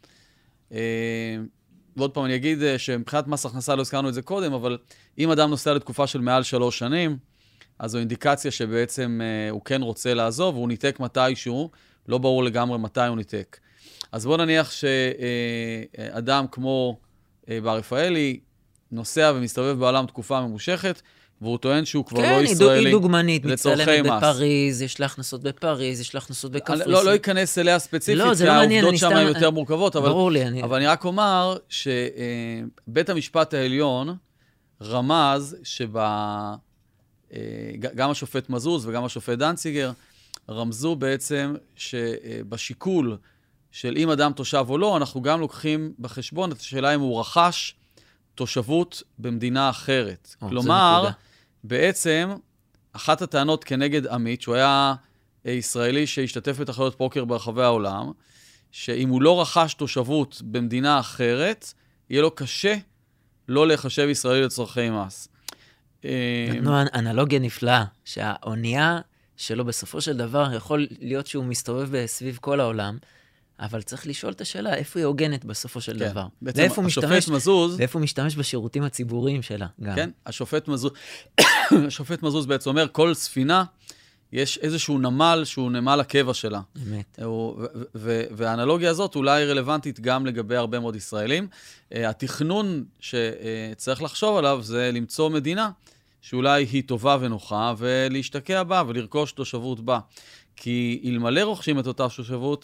אה, ועוד פעם אני אגיד שמבחינת מס הכנסה לא הזכרנו את זה קודם, אבל אם אדם נוסע לתקופה של מעל שלוש שנים, אז זו אינדיקציה שבעצם אה, הוא כן רוצה לעזוב, והוא ניתק מתישהו, לא ברור לגמרי מתי הוא ניתק. אז בוא נניח שאדם אה, כמו אה, בר רפאלי, נוסע ומסתובב בעולם תקופה ממושכת, והוא טוען שהוא כבר
כן,
לא ישראלי.
כן, היא דוגמנית,
מצלמת
בפריז, יש לה הכנסות בפריז, יש לה הכנסות בקפריסין.
לא, לא ייכנס אליה ספציפית,
לא,
כי
לא
העובדות שם הן יותר מורכבות, אבל,
ברור לי, אני...
אבל אני רק אומר שבית המשפט העליון רמז שגם השופט מזוז וגם השופט דנציגר רמזו בעצם שבשיקול של אם אדם תושב או לא, אנחנו גם לוקחים בחשבון את השאלה אם הוא רכש תושבות במדינה אחרת. או, כלומר, בעצם, אחת הטענות כנגד עמית, שהוא היה ישראלי שהשתתף בתחרויות פוקר ברחבי העולם, שאם הוא לא רכש תושבות במדינה אחרת, יהיה לו קשה לא לחשב ישראלי לצורכי מס.
נתנו אנלוגיה נפלאה, שהאונייה שלו בסופו של דבר יכול להיות שהוא מסתובב סביב כל העולם, אבל צריך לשאול את השאלה, איפה היא הוגנת בסופו של
כן.
דבר?
בעצם
ואיפה
השופט
משתמש,
מזוז...
ואיפה הוא משתמש בשירותים הציבוריים שלה גם.
כן, השופט מזוז, השופט מזוז בעצם אומר, כל ספינה, יש איזשהו נמל שהוא נמל הקבע שלה.
אמת.
והאנלוגיה הזאת אולי רלוונטית גם לגבי הרבה מאוד ישראלים. התכנון שצריך לחשוב עליו זה למצוא מדינה שאולי היא טובה ונוחה, ולהשתקע בה ולרכוש תושבות בה. כי אלמלא רוכשים את אותה תושבות,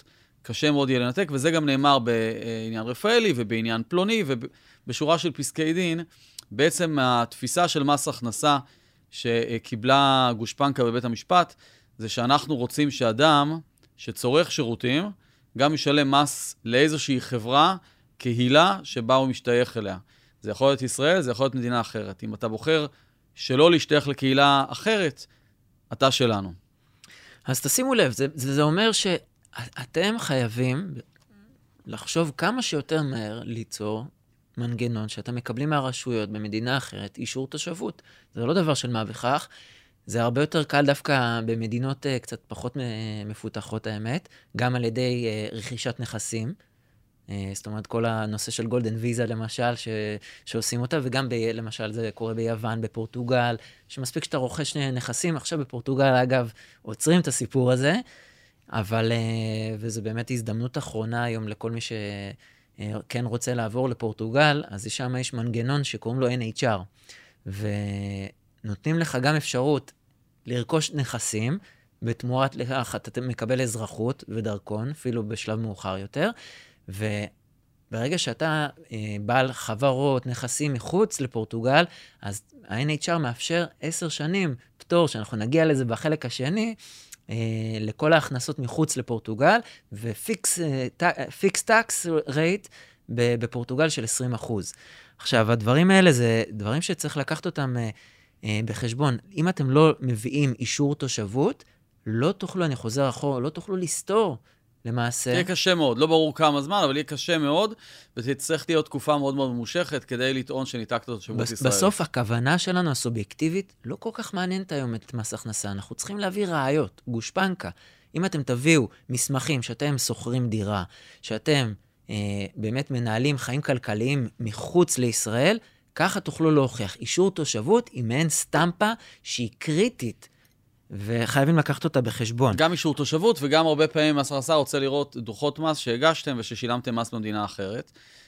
קשה מאוד יהיה לנתק, וזה גם נאמר בעניין רפאלי ובעניין פלוני ובשורה של פסקי דין. בעצם התפיסה של מס הכנסה שקיבלה גושפנקה בבית המשפט, זה שאנחנו רוצים שאדם שצורך שירותים, גם ישלם מס לאיזושהי חברה, קהילה שבה הוא משתייך אליה. זה יכול להיות ישראל, זה יכול להיות מדינה אחרת. אם אתה בוחר שלא להשתייך לקהילה אחרת, אתה שלנו.
אז תשימו לב, זה, זה, זה אומר שאתם חייבים לחשוב כמה שיותר מהר ליצור מנגנון שאתם מקבלים מהרשויות במדינה אחרת, אישור תושבות. זה לא דבר של מה בכך, זה הרבה יותר קל דווקא במדינות uh, קצת פחות מפותחות האמת, גם על ידי uh, רכישת נכסים, uh, זאת אומרת כל הנושא של גולדן ויזה למשל, ש, שעושים אותה, וגם ב, למשל זה קורה ביוון, בפורטוגל, שמספיק שאתה רוכש נכסים, עכשיו בפורטוגל אגב עוצרים את הסיפור הזה, אבל, uh, וזה באמת הזדמנות אחרונה היום לכל מי שכן רוצה לעבור לפורטוגל, אז שם יש מנגנון שקוראים לו אן אייץ' אר, ו... נותנים לך גם אפשרות לרכוש נכסים, בתמורת לכך אתה מקבל אזרחות ודרכון, אפילו בשלב מאוחר יותר, וברגע שאתה אה, בעל חברות, נכסים מחוץ לפורטוגל, אז ה-אן אייץ' אר מאפשר עשר שנים פטור, שאנחנו נגיע לזה בחלק השני, אה, לכל ההכנסות מחוץ לפורטוגל, ופיקס טקס רייט בפורטוגל של עשרים אחוז. עכשיו, הדברים האלה זה דברים שצריך לקחת אותם אה, בחשבון. אם אתם לא מביאים אישור תושבות, לא תוכלו, אני חוזר אחורה, לא תוכלו לסתור למעשה.
יהיה קשה מאוד, לא ברור כמה זמן, אבל יהיה קשה מאוד, ותצטרך להיות תקופה מאוד מאוד ממושכת, כדי לטעון שניתקת תושבות ישראל.
בסוף הכוונה שלנו הסובייקטיבית, לא כל כך מעניינת היום את מס הכנסה. אנחנו צריכים להביא ראיות, גושפנקה. אם אתם תביאו מסמכים שאתם סוחרים דירה, שאתם אה, באמת מנהלים חיים כלכליים מחוץ לישראל, ככה תוכלו להוכיח אישור תושבות עם מעין סטמפה שהיא קריטית, וחייבים לקחת אותה בחשבון.
גם אישור תושבות, וגם הרבה פעמים מס הכנסה רוצה לראות דוחות מס שהגשתם וששילמתם מס במדינה אחרת.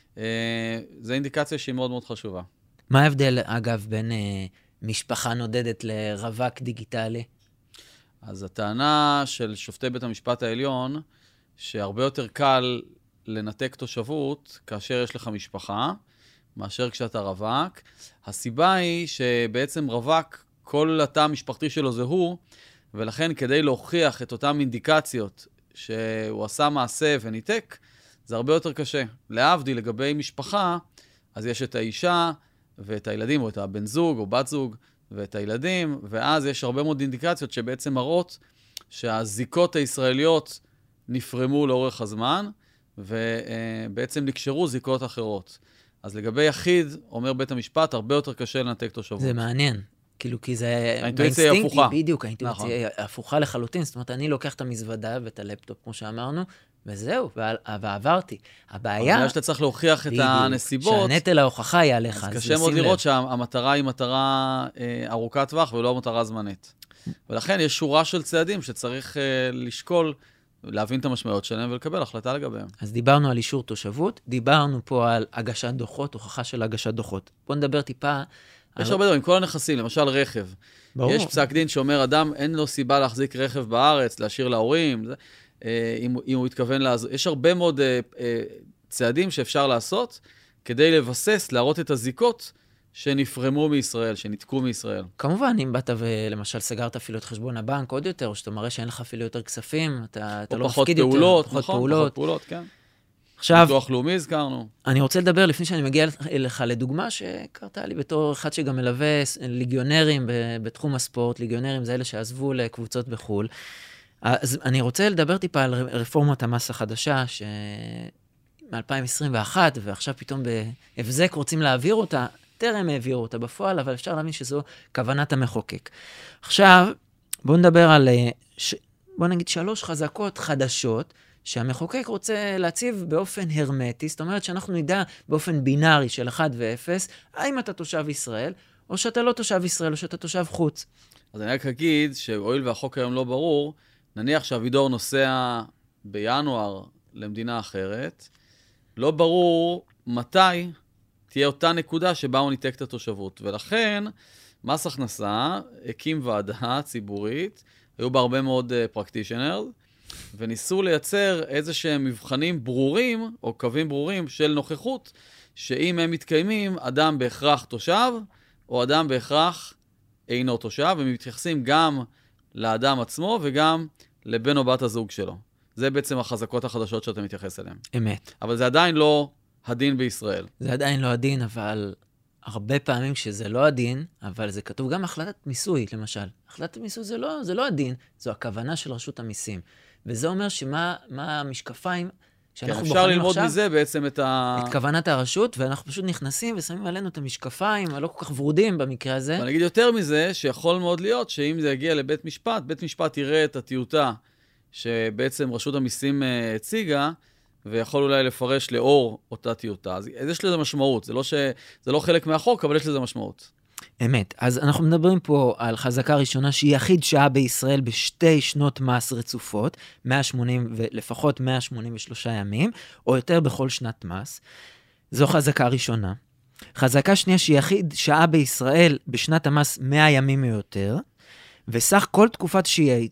זו אינדיקציה שהיא מאוד מאוד חשובה.
מה ההבדל, אגב, בין משפחה נודדת לרווק דיגיטלי?
אז הטענה של שופטי בית המשפט העליון, שהרבה יותר קל לנתק תושבות כאשר יש לך משפחה, מאשר כשאתה רווק. הסיבה היא שבעצם רווק, כל התא המשפחתי שלו זה הוא, ולכן כדי להוכיח את אותם אינדיקציות שהוא עשה מעשה וניתק, זה הרבה יותר קשה. להבדיל לגבי משפחה, אז יש את האישה ואת הילדים, או את הבן זוג או בת זוג ואת הילדים, ואז יש הרבה מאוד אינדיקציות שבעצם מראות שהזיקות הישראליות נפרמו לאורך הזמן, ובעצם נקשרו זיקות אחרות. אז לגבי יחיד, אומר בית המשפט, הרבה יותר קשה לנתק תושבות.
זה מעניין. כאילו, כי זה...
האינטואיציה היא הפוכה.
בדיוק, האינטואיציה היא הפוכה לחלוטין. זאת אומרת, אני לוקח את המזוודה ואת הלפטופ, כמו שאמרנו, וזהו, ועברתי. הבעיה...
אבל שאתה צריך להוכיח את הנסיבות...
שהנטל ההוכחה היא עליך.
אז קשה מאוד לראות שהמטרה היא מטרה ארוכת טווח, ולא מטרה זמנית. ולכן יש שורה של צעדים שצריך לשקול, להבין את המשמעויות שלהם ולקבל החלטה לגביהם.
אז דיברנו על אישור תושבות, דיברנו פה על הגשת דוחות, הוכחה של הגשת דוחות. בואו נדבר טיפה...
יש הרבה דברים, כל הנכסים, למשל רכב. ברור. יש פסק דין שאומר, אדם אין לו סיבה להחזיק רכב בארץ, להשאיר להורים, אם, אם הוא התכוון לעזור. יש הרבה מאוד צעדים שאפשר לעשות, כדי לבסס, להראות את הזיקות שנפרמו מישראל, שניתקו מישראל.
כמובן, אם באת ולמשל סגרת אפילו את חשבון הבנק עוד יותר, או שאתה מראה שאין לך אפילו יותר כספים, אתה, אתה לא מפקיד יותר.
פעולות, פחות נכון, פעולות, פחות פעולות, כן.
עכשיו,
ביטוח לאומי הזכרנו.
אני רוצה לדבר לפני שאני מגיע אליך לדוגמה שקרתה לי בתור אחד שגם מלווה ליגיונרים בתחום הספורט, ליגיונרים זה אלה שעזבו לקבוצות בחול. אז אני רוצה לדבר טיפה על רפורמת המס החדשה, מ-אלפיים עשרים ואחת, ועכשיו פתאום בהבזק רוצים להעביר אותה, טרם העבירו אותה בפועל, אבל אפשר להבין שזו כוונת המחוקק. עכשיו, בואו נדבר על, בואו נגיד, שלוש חזקות חדשות, שהמחוקק רוצה להציב באופן הרמטי, זאת אומרת שאנחנו נדע באופן בינארי של אחד ואפס, האם אתה תושב ישראל, או שאתה לא תושב ישראל, או שאתה תושב חוץ.
אז אני רק אגיד שהואיל והחוק היום לא ברור, נניח שהווידור נוסע בינואר למדינה אחרת, לא ברור מתי תהיה אותה נקודה שבה הוא ניתק את התושבות. ולכן, מס הכנסה הקים ועדה ציבורית, היו בה הרבה מאוד פרקטישנרס, וניסו לייצר איזה שהם מבחנים ברורים, או קווים ברורים של נוכחות, שאם הם מתקיימים, אדם בהכרח תושב, או אדם בהכרח אינו תושב, והם מתייחסים גם לאדם עצמו, וגם לבן או בת הזוג שלו. זה בעצם החזקות החדשות שאתה מתייחס אליהן.
אמת.
אבל זה עדיין לא הדין בישראל.
זה עדיין לא הדין, אבל הרבה פעמים שזה לא הדין, אבל זה כתוב גם החלטת מיסוי, למשל. החלטת מיסוי זה לא, זה לא הדין, זו הכוונה של רשות המיסים. וזה אומר שמה מה המשקפיים שאנחנו
כן,
בוחנים
אפשר ללמוד
עכשיו,
מזה בעצם את ה...
את כוונת הרשות, ואנחנו פשוט נכנסים ושמים עלינו את המשקפיים, הלא כל כך ורודים במקרה הזה.
ואני אגיד יותר מזה, שיכול מאוד להיות שאם זה יגיע לבית משפט, בית משפט יראה את הטיוטה שבעצם רשות המיסים הציגה, ויכול אולי לפרש לאור אותה טיוטה. אז יש לזה משמעות. זה לא, ש... זה לא חלק מהחוק, אבל יש לזה משמעות.
אמת. אז אנחנו מדברים פה על חזקה ראשונה שהיא יחיד שעה בישראל בשתי שנות מס רצופות, מאה ושמונים ולפחות מאה שמונים ושלושה ימים, או יותר בכל שנת מס. זו חזקה ראשונה. חזקה שנייה שהיא יחיד שעה בישראל בשנת המס מאה ימים או יותר, וסך כל תקופת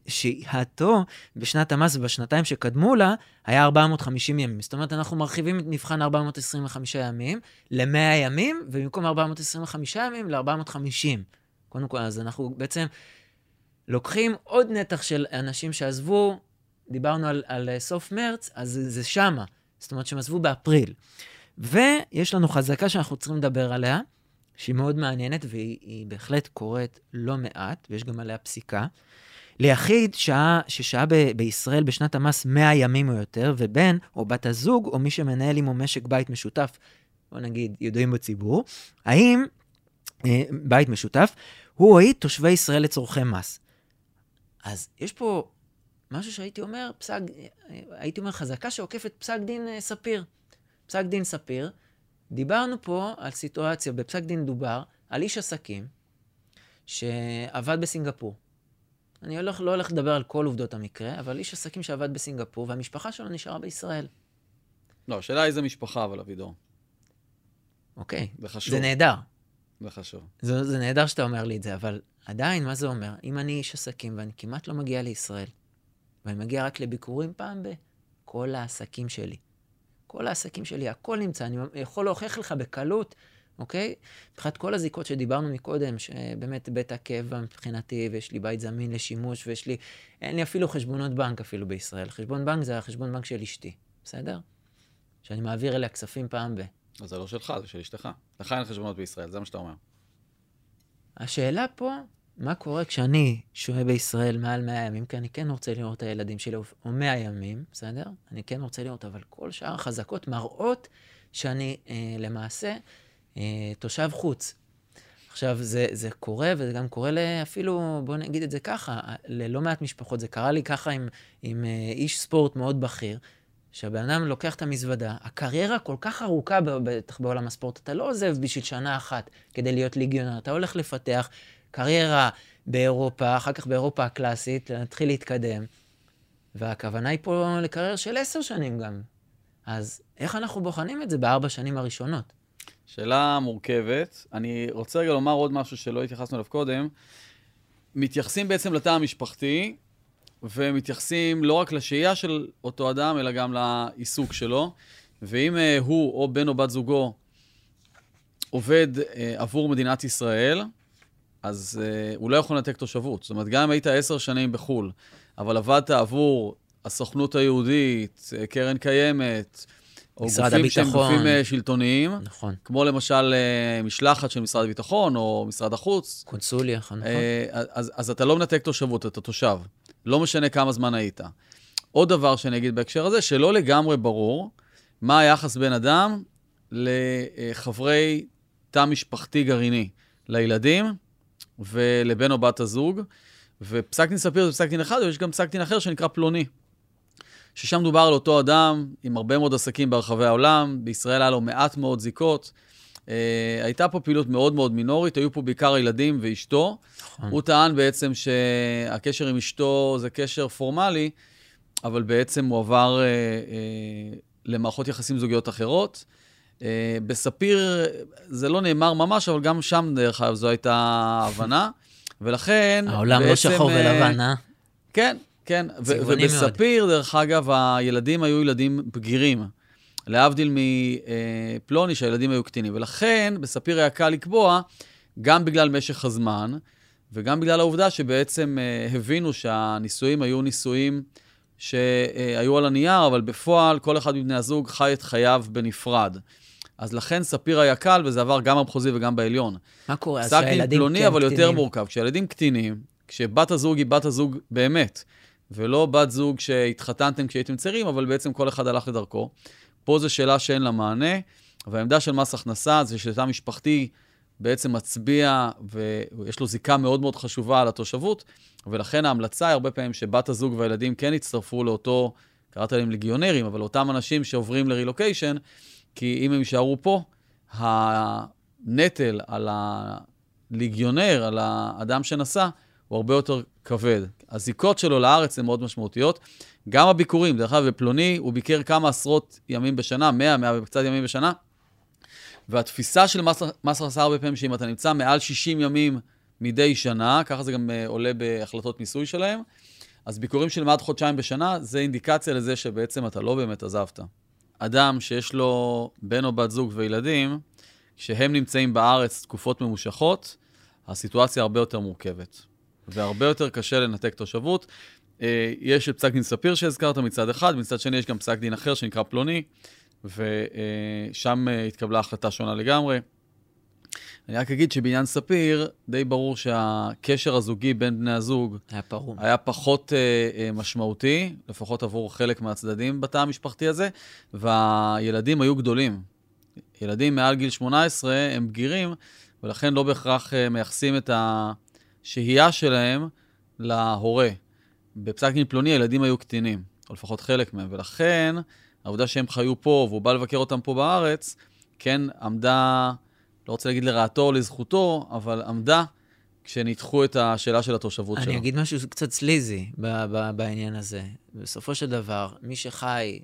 שהייתו בשנת המס ובשנתיים שקדמו לה, היה ארבע מאות וחמישים ימים. זאת אומרת, אנחנו מרחיבים את מבחן ארבע מאות עשרים וחמישה ימים ל-מאה ימים, ובמקום ארבע מאות עשרים וחמישה ימים ל-ארבע מאות וחמישים. קודם כל, אז אנחנו בעצם לוקחים עוד נתח של אנשים שעזבו, דיברנו על, על סוף מרץ, אז זה, זה שמה. זאת אומרת, שהם עזבו באפריל. ויש לנו חזקה שאנחנו צריכים לדבר עליה, שהיא מאוד מעניינת, והיא בהחלט קורית לא מעט, ויש גם עליה פסיקה. ליחיד שעה, ששעה ב- בישראל בשנת המס מאה ימים או יותר, ובן או בת הזוג, או מי שמנהל עמו משק בית משותף, בוא נגיד, ידועים בציבור, האם אה, בית משותף, הוא או היא תושבי ישראל לצורכי מס. אז יש פה משהו שהייתי אומר, פסק, הייתי אומר חזקה שעוקפת פסק דין אה, ספיר. פסק דין ספיר, דיברנו פה על סיטואציה, בפסק דין דובר, על איש עסקים שעבד בסינגפור. אני הולך, לא הולך לדבר על כל עובדות המקרה, אבל איש עסקים שעבד בסינגפור, והמשפחה שלו נשארה בישראל.
לא, השאלה איזה משפחה, אבל אבידור.
אוקיי.
זה חשוב.
זה נהדר.
זה חשוב.
זה, זה נהדר שאתה אומר לי את זה, אבל עדיין, מה זה אומר? אם אני איש עסקים ואני כמעט לא מגיע לישראל, ואני מגיע רק לביקורים פעם ב... כל העסקים שלי. כל העסקים שלי, הכל נמצא, אני יכול להוכיח לך בקלות, אוקיי? מבחינת כל הזיקות שדיברנו מקודם, שבאמת בית הקבע מבחינתי, ויש לי בית זמין לשימוש, ויש לי, אין לי אפילו חשבונות בנק אפילו בישראל. חשבון בנק זה החשבון בנק של אשתי, בסדר? שאני מעביר אליה כספים פעם ב...
אז זה לא שלך, זה של אשתך. לך אין חשבונות בישראל, זה מה שאתה אומר.
השאלה פה, מה קורה כשאני שוהה בישראל מעל מאה ימים, כי אני כן רוצה לראות את הילדים שלי, או מאה ימים, בסדר? אני כן רוצה לראות, אבל כל שאר החזקות מראות שאני אה, למעשה אה, תושב חוץ. עכשיו, זה, זה קורה, וזה גם קורה אפילו, בוא נגיד את זה ככה, ללא מעט משפחות. זה קרה לי ככה עם, עם אה, איש ספורט מאוד בכיר, שהבן אדם לוקח את המזוודה, הקריירה כל כך ארוכה בטח בעולם הספורט, אתה לא עוזב בשביל שנה אחת כדי להיות ליגיונר, אתה הולך לפתח קריירה באירופה, אחר כך באירופה הקלאסית, להתחיל להתקדם, והכוונה היא פה לקריירה של עשר שנים גם. אז איך אנחנו בוחנים את זה בארבע שנים הראשונות?
שאלה מורכבת. אני רוצה רגע לומר עוד משהו שלא התייחסנו אליו קודם. מתייחסים בעצם לתא המשפחתי, ומתייחסים לא רק לשהייה של אותו אדם, אלא גם לעיסוק שלו. ואם הוא או בן או בת זוגו עובד עבור מדינת ישראל, אז uh, הוא לא יכול לנתק תושבות. זאת אומרת, גם אם היית עשר שנים בחול, אבל עבדת עבור הסוכנות היהודית, קרן קיימת, או גופים שהם גופים uh, שלטוניים,
נכון.
כמו למשל uh, משלחת של משרד הביטחון, או משרד החוץ.
קונסוליה, נכון.
Uh, אז, אז אתה לא מנתק תושבות, אתה תושב. לא משנה כמה זמן היית. עוד דבר שאני אגיד בהקשר הזה, שלא לגמרי ברור, מה היחס בין אדם לחברי תא משפחתי גרעיני, לילדים, ולבן או בת הזוג, ופסק דין ספיר זה פסק דין אחד, ויש גם פסק דין אחר שנקרא פלוני, ששם דובר על אותו אדם עם הרבה מאוד עסקים ברחבי העולם, בישראל היה לו מעט מאוד זיקות, אה, הייתה פה פעילות מאוד מאוד מינורית, היו פה בעיקר הילדים ואשתו, נכון. הוא טען בעצם שהקשר עם אשתו זה קשר פורמלי, אבל בעצם הוא עבר אה, אה, למערכות יחסים זוגיות אחרות, Uh, בספיר זה לא נאמר ממש, אבל גם שם דרך אגב זו הייתה הבנה, ולכן...
העולם לא שחור ולבן, אה?
כן, כן, ובספיר, דרך אגב, הילדים היו ילדים בגירים. להבדיל מפלוני שהילדים היו קטינים. ולכן, בספיר היה קל לקבוע, גם בגלל משך הזמן, וגם בגלל העובדה שבעצם הבינו שהנישואים היו נישואים שהיו על הנייר, אבל בפועל כל אחד מבני הזוג חי את חייו בנפרד. אז לכן ספיר היה קל, וזה עבר גם במחוזי וגם בעליון.
מה קורה? אז שהילדים
פלוני, כן אבל קטינים. יותר מורכב. כשילדים קטינים, כשבת הזוג היא בת הזוג באמת, ולא בת זוג שהתחתנתם כשהייתם צעירים, אבל בעצם כל אחד הלך לדרכו. פה זו שאלה שאין לה מענה, והעמדה של מס הכנסה זה שאתה משפחתי בעצם מצביע, ויש לו זיקה מאוד מאוד חשובה על התושבות, ולכן ההמלצה היא הרבה פעמים שבת הזוג והילדים כן יצטרפו לאותו, קראת להם לגיונרים, אבל אותם אנשים שעוברים לרילוקיישן, כי אם הם יישארו פה, הנטל על הליגיונר, על האדם שנסע, הוא הרבה יותר כבד. הזיקות שלו לארץ הן מאוד משמעותיות. גם הביקורים, דרך אגב, בפלוני, הוא ביקר כמה עשרות ימים בשנה, מאה, מאה וקצת ימים בשנה, והתפיסה של מס, מס הכנסה הרבה פעמים, שאם אתה נמצא מעל שישים ימים מדי שנה, ככה זה גם uh, עולה בהחלטות מיסוי שלהם, אז ביקורים של מעט חודשיים בשנה, זה אינדיקציה לזה שבעצם אתה לא באמת עזבת. אדם שיש לו בן או בת זוג וילדים, שהם נמצאים בארץ תקופות ממושכות, הסיטואציה הרבה יותר מורכבת. והרבה יותר קשה לנתק תושבות. יש את פסק דין ספיר שהזכרת מצד אחד, מצד שני יש גם פסק דין אחר שנקרא פלוני, ושם התקבלה החלטה שונה לגמרי. אני רק אגיד שבעניין ספיר, די ברור שהקשר הזוגי בין בני הזוג
היה, פרום.
היה פחות uh, משמעותי, לפחות עבור חלק מהצדדים בתא המשפחתי הזה, והילדים היו גדולים. ילדים מעל גיל שמונה עשרה הם בגירים, ולכן לא בהכרח uh, מייחסים את השהייה שלהם להורה. בפסק דין פלוני הילדים היו קטינים, או לפחות חלק מהם, ולכן העובדה שהם חיו פה, והוא בא לבקר אותם פה בארץ, כן עמדה, לא רוצה להגיד לרעתו או לזכותו, אבל עמדה כשניתחו את השאלה של התושבות
אני
שלו.
אני אגיד משהו קצת סליזי ב- ב- בעניין הזה. בסופו של דבר, מי שחי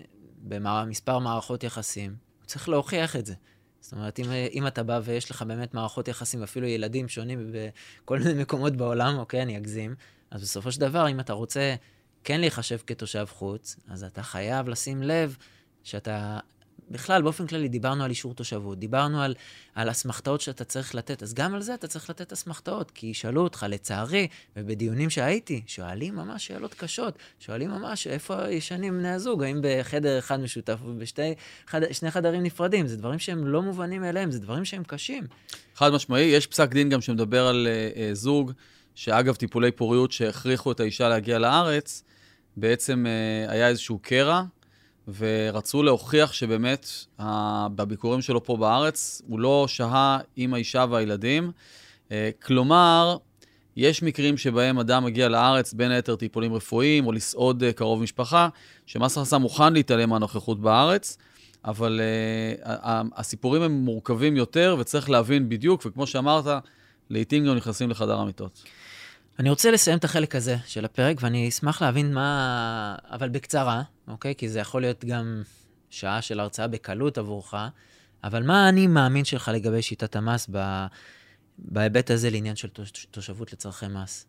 במספר מערכות יחסים, הוא צריך להוכיח את זה. זאת אומרת, אם, אם אתה בא ויש לך באמת מערכות יחסים, אפילו ילדים שונים בכל מיני מקומות בעולם, אוקיי, אני אגזים, אז בסופו של דבר, אם אתה רוצה כן להיחשב כתושב חוץ, אז אתה חייב לשים לב שאתה, בכלל, באופן כללי, דיברנו על אישור תושבות, דיברנו על, על הסמכתאות שאתה צריך לתת, אז גם על זה אתה צריך לתת הסמכתאות, כי ישאלו אותך, לצערי, ובדיונים שהייתי, שואלים ממש שאלות קשות, שואלים ממש איפה ישנים בני הזוג, האם בחדר אחד משותף ובשני חד, שני חדרים נפרדים, זה דברים שהם לא מובנים אליהם, זה דברים שהם קשים.
חד משמעי, יש פסק דין גם שמדבר על uh, uh, זוג, שאגב טיפולי פוריות שהכריחו את האישה להגיע לארץ, בעצם uh, היה איזשהו קרע, ורצו להוכיח שבאמת uh, בביקורים שלו פה בארץ, הוא לא שהה עם האישה והילדים. Uh, כלומר, יש מקרים שבהם אדם מגיע לארץ, בין היתר טיפולים רפואיים, או לסעוד uh, קרוב משפחה, שמס הכנסה מוכן להתעלם מהנוכחות בארץ, אבל uh, הסיפורים הם מורכבים יותר, וצריך להבין בדיוק, וכמו שאמרת, לעתים גם נכנסים לחדר המיטות.
אני רוצה לסיים את החלק הזה של הפרק, ואני אשמח להבין מה, אבל בקצרה, אוקיי? כי זה יכול להיות גם שעה של הרצאה בקלות עבורך, אבל מה אני מאמין שלך לגבי שיטת המס ב... בהיבט הזה לעניין של תושבות לצרכי מס?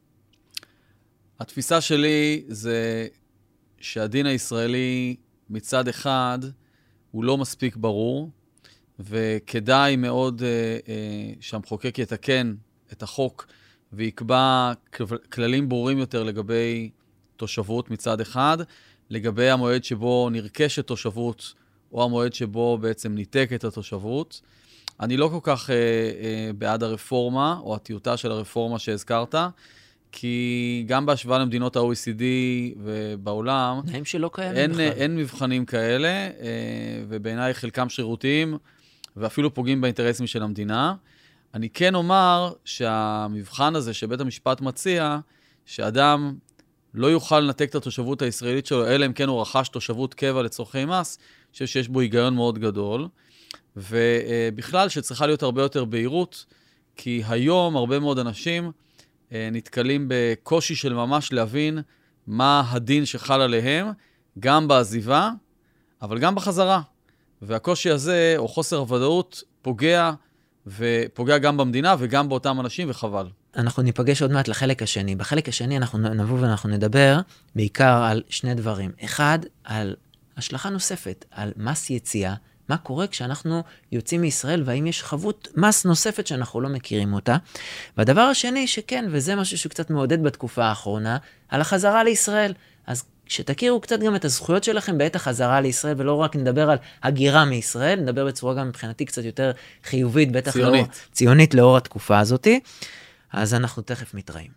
התפיסה שלי זה שהדין הישראלי מצד אחד הוא לא מספיק ברור, וכדאי מאוד uh, uh, שהמחוקק יתקן את החוק ויקבע כללים ברורים יותר לגבי תושבות מצד אחד, לגבי המועד שבו נרכשת תושבות, או המועד שבו בעצם ניתק את התושבות. אני לא כל כך אה, אה, בעד הרפורמה, או הטיוטה של הרפורמה שהזכרת, כי גם בהשוואה למדינות ה-או אי סי די ובעולם,
נעים שלא קיימים
אין,
בכלל.
אין מבחנים כאלה, אה, ובעיניי חלקם שרירותיים, ואפילו פוגעים באינטרסים של המדינה. אני כן אומר שהמבחן הזה שבית המשפט מציע, שאדם לא יוכל לנתק את התושבות הישראלית שלו, אלא אם כן הוא רכש תושבות קבע לצורכי מס, אני חושב שיש בו היגיון מאוד גדול, ובכלל שצריכה להיות הרבה יותר בהירות, כי היום הרבה מאוד אנשים נתקלים בקושי של ממש להבין מה הדין שחל עליהם, גם בעזיבה, אבל גם בחזרה. והקושי הזה, או חוסר הוודאות, פוגע, ופוגע גם במדינה וגם באותם אנשים, וחבל.
אנחנו ניפגש עוד מעט לחלק השני. בחלק השני אנחנו נבוא ואנחנו נדבר בעיקר על שני דברים. אחד, על השלכה נוספת, על מס יציאה, מה קורה כשאנחנו יוצאים מישראל, והאם יש חבות מס נוספת שאנחנו לא מכירים אותה. והדבר השני שכן, וזה משהו שקצת מעודד בתקופה האחרונה, על החזרה לישראל. אז שתכירו קצת גם את הזכויות שלכם בעת החזרה לישראל, ולא רק נדבר על הגירה מישראל, נדבר בצורה גם מבחינתי קצת יותר חיובית, בטח
ציונית.
לאור, ציונית לאור התקופה הזאת. אז אנחנו תכף מתראים.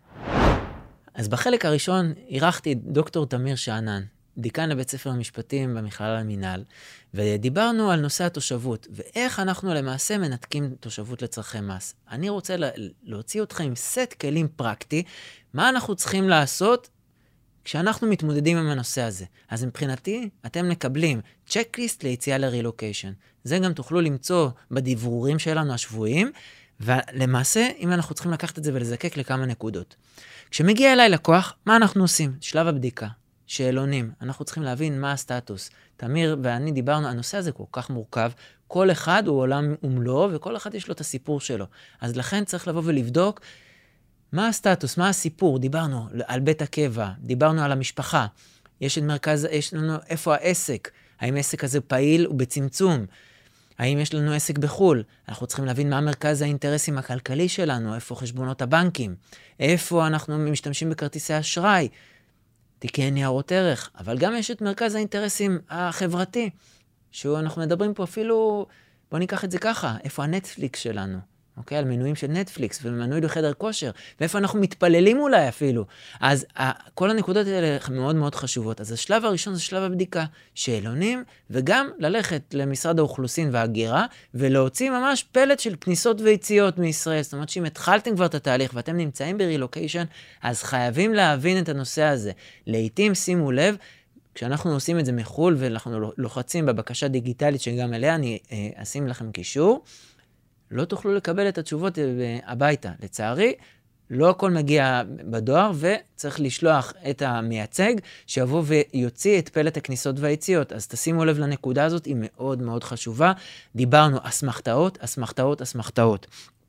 אז בחלק הראשון אירחתי את דוקטור תמיר שאנן, דיקן לבית ספר המשפטים במכללה למינהל, ודיברנו על נושא התושבות, ואיך אנחנו למעשה מנתקים תושבות לצרכי מס. אני רוצה להוציא אתכם עם סט כלים פרקטי, מה אנחנו צריכים לעשות כשאנחנו מתמודדים עם הנושא הזה. אז מבחינתי, אתם מקבלים צ'קליסט ליציאה לרילוקיישן. זה גם תוכלו למצוא בדיבורים שלנו השבועיים, ולמעשה, אם אנחנו צריכים לקחת את זה ולזקק לכמה נקודות. כשמגיע אליי לקוח, מה אנחנו עושים? שלב הבדיקה, שאלונים. אנחנו צריכים להבין מה הסטטוס. תמיר ואני דיברנו, הנושא הזה כל כך מורכב, כל אחד הוא עולם ומלואו, וכל אחד יש לו את הסיפור שלו. אז לכן צריך לבוא ולבדוק מה הסטטוס, מה הסיפור. דיברנו על בית הקבע, דיברנו על המשפחה. יש את מרכז, יש לנו איפה העסק, האם העסק הזה פעיל ובצמצום, האם יש לנו עסק בחול? אנחנו צריכים להבין מה מרכז האינטרסים הכלכלי שלנו, איפה חשבונות הבנקים, איפה אנחנו משתמשים בכרטיסי אשראי, תיקי ניירות ערך, אבל גם יש את מרכז האינטרסים החברתי, שאנחנו מדברים פה אפילו, בוא ניקח את זה ככה, איפה הנטפליקס שלנו, אוקיי? על מנויים של נטפליקס ומנוי בחדר כושר, ואיפה אנחנו מתפללים אולי אפילו. אז כל הנקודות האלה מאוד מאוד חשובות. אז השלב הראשון זה שלב הבדיקה, שאלונים, וגם ללכת למשרד האוכלוסין וההגירה, ולהוציא ממש פלט של כניסות ויציאות מישראל. זאת אומרת שאם התחלתם כבר את התהליך ואתם נמצאים ברילוקיישן, אז חייבים להבין את הנושא הזה. לעתים שימו לב, כשאנחנו עושים את זה מחול, ואנחנו לוחצים בבקשה דיגיטלית שגם אליה אני אה, אשים לכם קישור, לא תוכלו לקבל את התשובות הביתה. לצערי, לא הכל מגיע בדואר, וצריך לשלוח את המייצג, שיבוא ויוציא את פלט הכניסות והיציאות. אז תשימו לב לנקודה הזאת, היא מאוד מאוד חשובה. דיברנו אסמכתאות, אסמכתאות, אסמכתאות.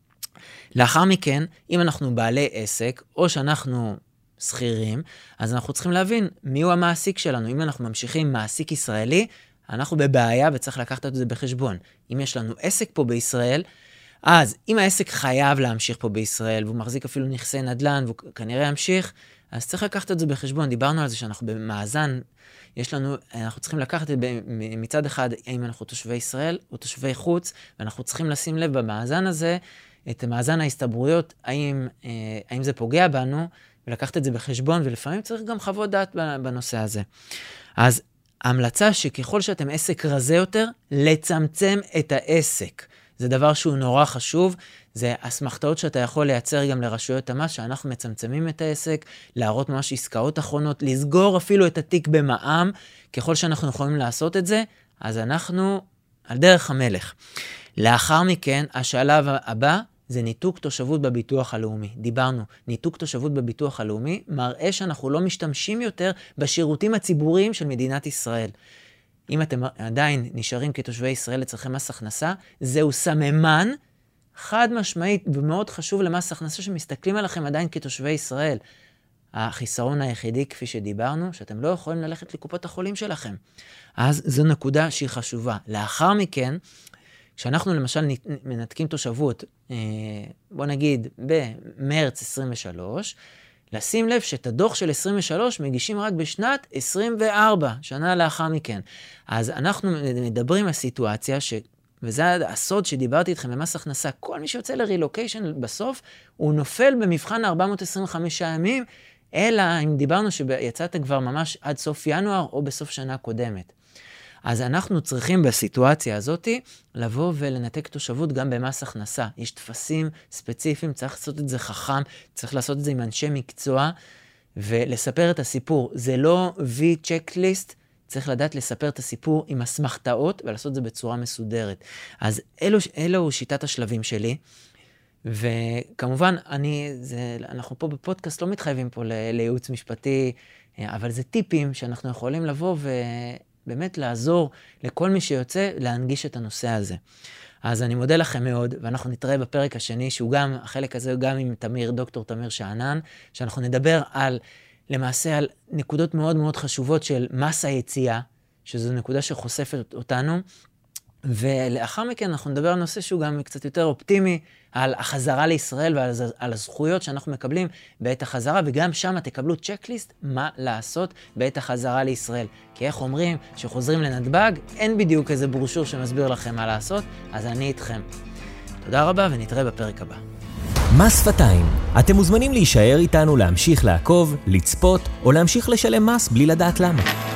לאחר מכן, אם אנחנו בעלי עסק, או שאנחנו שכירים, אז אנחנו צריכים להבין מיהו המעסיק שלנו. אם אנחנו ממשיכים מעסיק ישראלי, אנחנו בבעיה וצריך לקחת את זה בחשבון. אם יש לנו עסק פה בישראל, אז אם העסק חייב להמשיך פה בישראל, והוא מחזיק אפילו נכסי נדל"ן, והוא כנראה ימשיך, אז צריך לקחת את זה בחשבון. דיברנו על זה שאנחנו במאזן, יש לנו, אנחנו צריכים לקחת את זה מצד אחד, האם אנחנו תושבי ישראל או תושבי חוץ, ואנחנו צריכים לשים לב במאזן הזה, את מאזן ההסתברויות, האם, האם זה פוגע בנו, ולקחת את זה בחשבון, ולפעמים צריך גם חוות דעת בנושא הזה. אז ההמלצה שככל שאתם עסק רזה יותר, לצמצם את העסק. זה דבר שהוא נורא חשוב, זה אסמכתאות שאתה יכול לייצר גם לרשויות המס, שאנחנו מצמצמים את העסק, להראות ממש עסקאות אחרונות, לסגור אפילו את התיק במע"מ, ככל שאנחנו יכולים לעשות את זה, אז אנחנו על דרך המלך. לאחר מכן, השלב הבא, זה ניתוק תושבות בביטוח הלאומי. דיברנו, ניתוק תושבות בביטוח הלאומי מראה שאנחנו לא משתמשים יותר בשירותים הציבוריים של מדינת ישראל. אם אתם עדיין נשארים כתושבי ישראל לצרכי מס הכנסה, זהו סממן חד משמעית ומאוד חשוב למס הכנסה שמסתכלים עליכם עדיין כתושבי ישראל. החיסרון היחידי, כפי שדיברנו, שאתם לא יכולים ללכת לקופות החולים שלכם. אז זו נקודה שהיא חשובה. לאחר מכן, כשאנחנו למשל מנתקים תושבות, בוא נגיד במרץ עשרים ושלוש, לשים לב שאת הדוח של עשרים ושלוש מגישים רק בשנת עשרים וארבע, שנה לאחר מכן. אז אנחנו מדברים על סיטואציה, ש... וזה הסוד שדיברתי איתכם במס הכנסה, כל מי שיוצא לרילוקיישן בסוף, הוא נופל במבחן ארבע מאות עשרים וחמישה ימים, אלא אם דיברנו שיצאת כבר ממש עד סוף ינואר או בסוף שנה קודמת. אז אנחנו צריכים בסיטואציה הזאת לבוא ולנתק תושבות גם במס הכנסה. יש תפסים ספציפיים, צריך לעשות את זה חכם, צריך לעשות את זה עם אנשי מקצוע, ולספר את הסיפור. זה לא וי צ'קליסט, צריך לדעת לספר את הסיפור עם אסמכתאות, ולעשות את זה בצורה מסודרת. אז אלו, אלו שיטת השלבים שלי, וכמובן, אני, זה, אנחנו פה בפודקאסט לא מתחייבים פה לייעוץ משפטי, אבל זה טיפים שאנחנו יכולים לבוא ו... באמת לעזור לכל מי שיוצא להנגיש את הנושא הזה. אז אני מודה לכם מאוד, ואנחנו נתראה בפרק השני, שהוא גם, החלק הזה הוא גם עם תמיר, דוקטור תמיר שענן, שאנחנו נדבר על, למעשה על נקודות מאוד מאוד חשובות של מס היציאה, שזו נקודה שחושפת אותנו, ולאחר מכן אנחנו נדבר על נושא שהוא גם קצת יותר אופטימי, על החזרה לישראל ועל על הזכויות שאנחנו מקבלים בעת החזרה, וגם שם תקבלו צ'קליסט מה לעשות בעת החזרה לישראל. כי איך אומרים שחוזרים לנתב"ג, אין בדיוק איזה ברושור שמסביר לכם מה לעשות, אז אני איתכם. תודה רבה ונתראה בפרק הבא.
מס שפתיים. אתם מוזמנים להישאר איתנו, להמשיך לעקוב, לצפות או להמשיך לשלם מס בלי לדעת למה.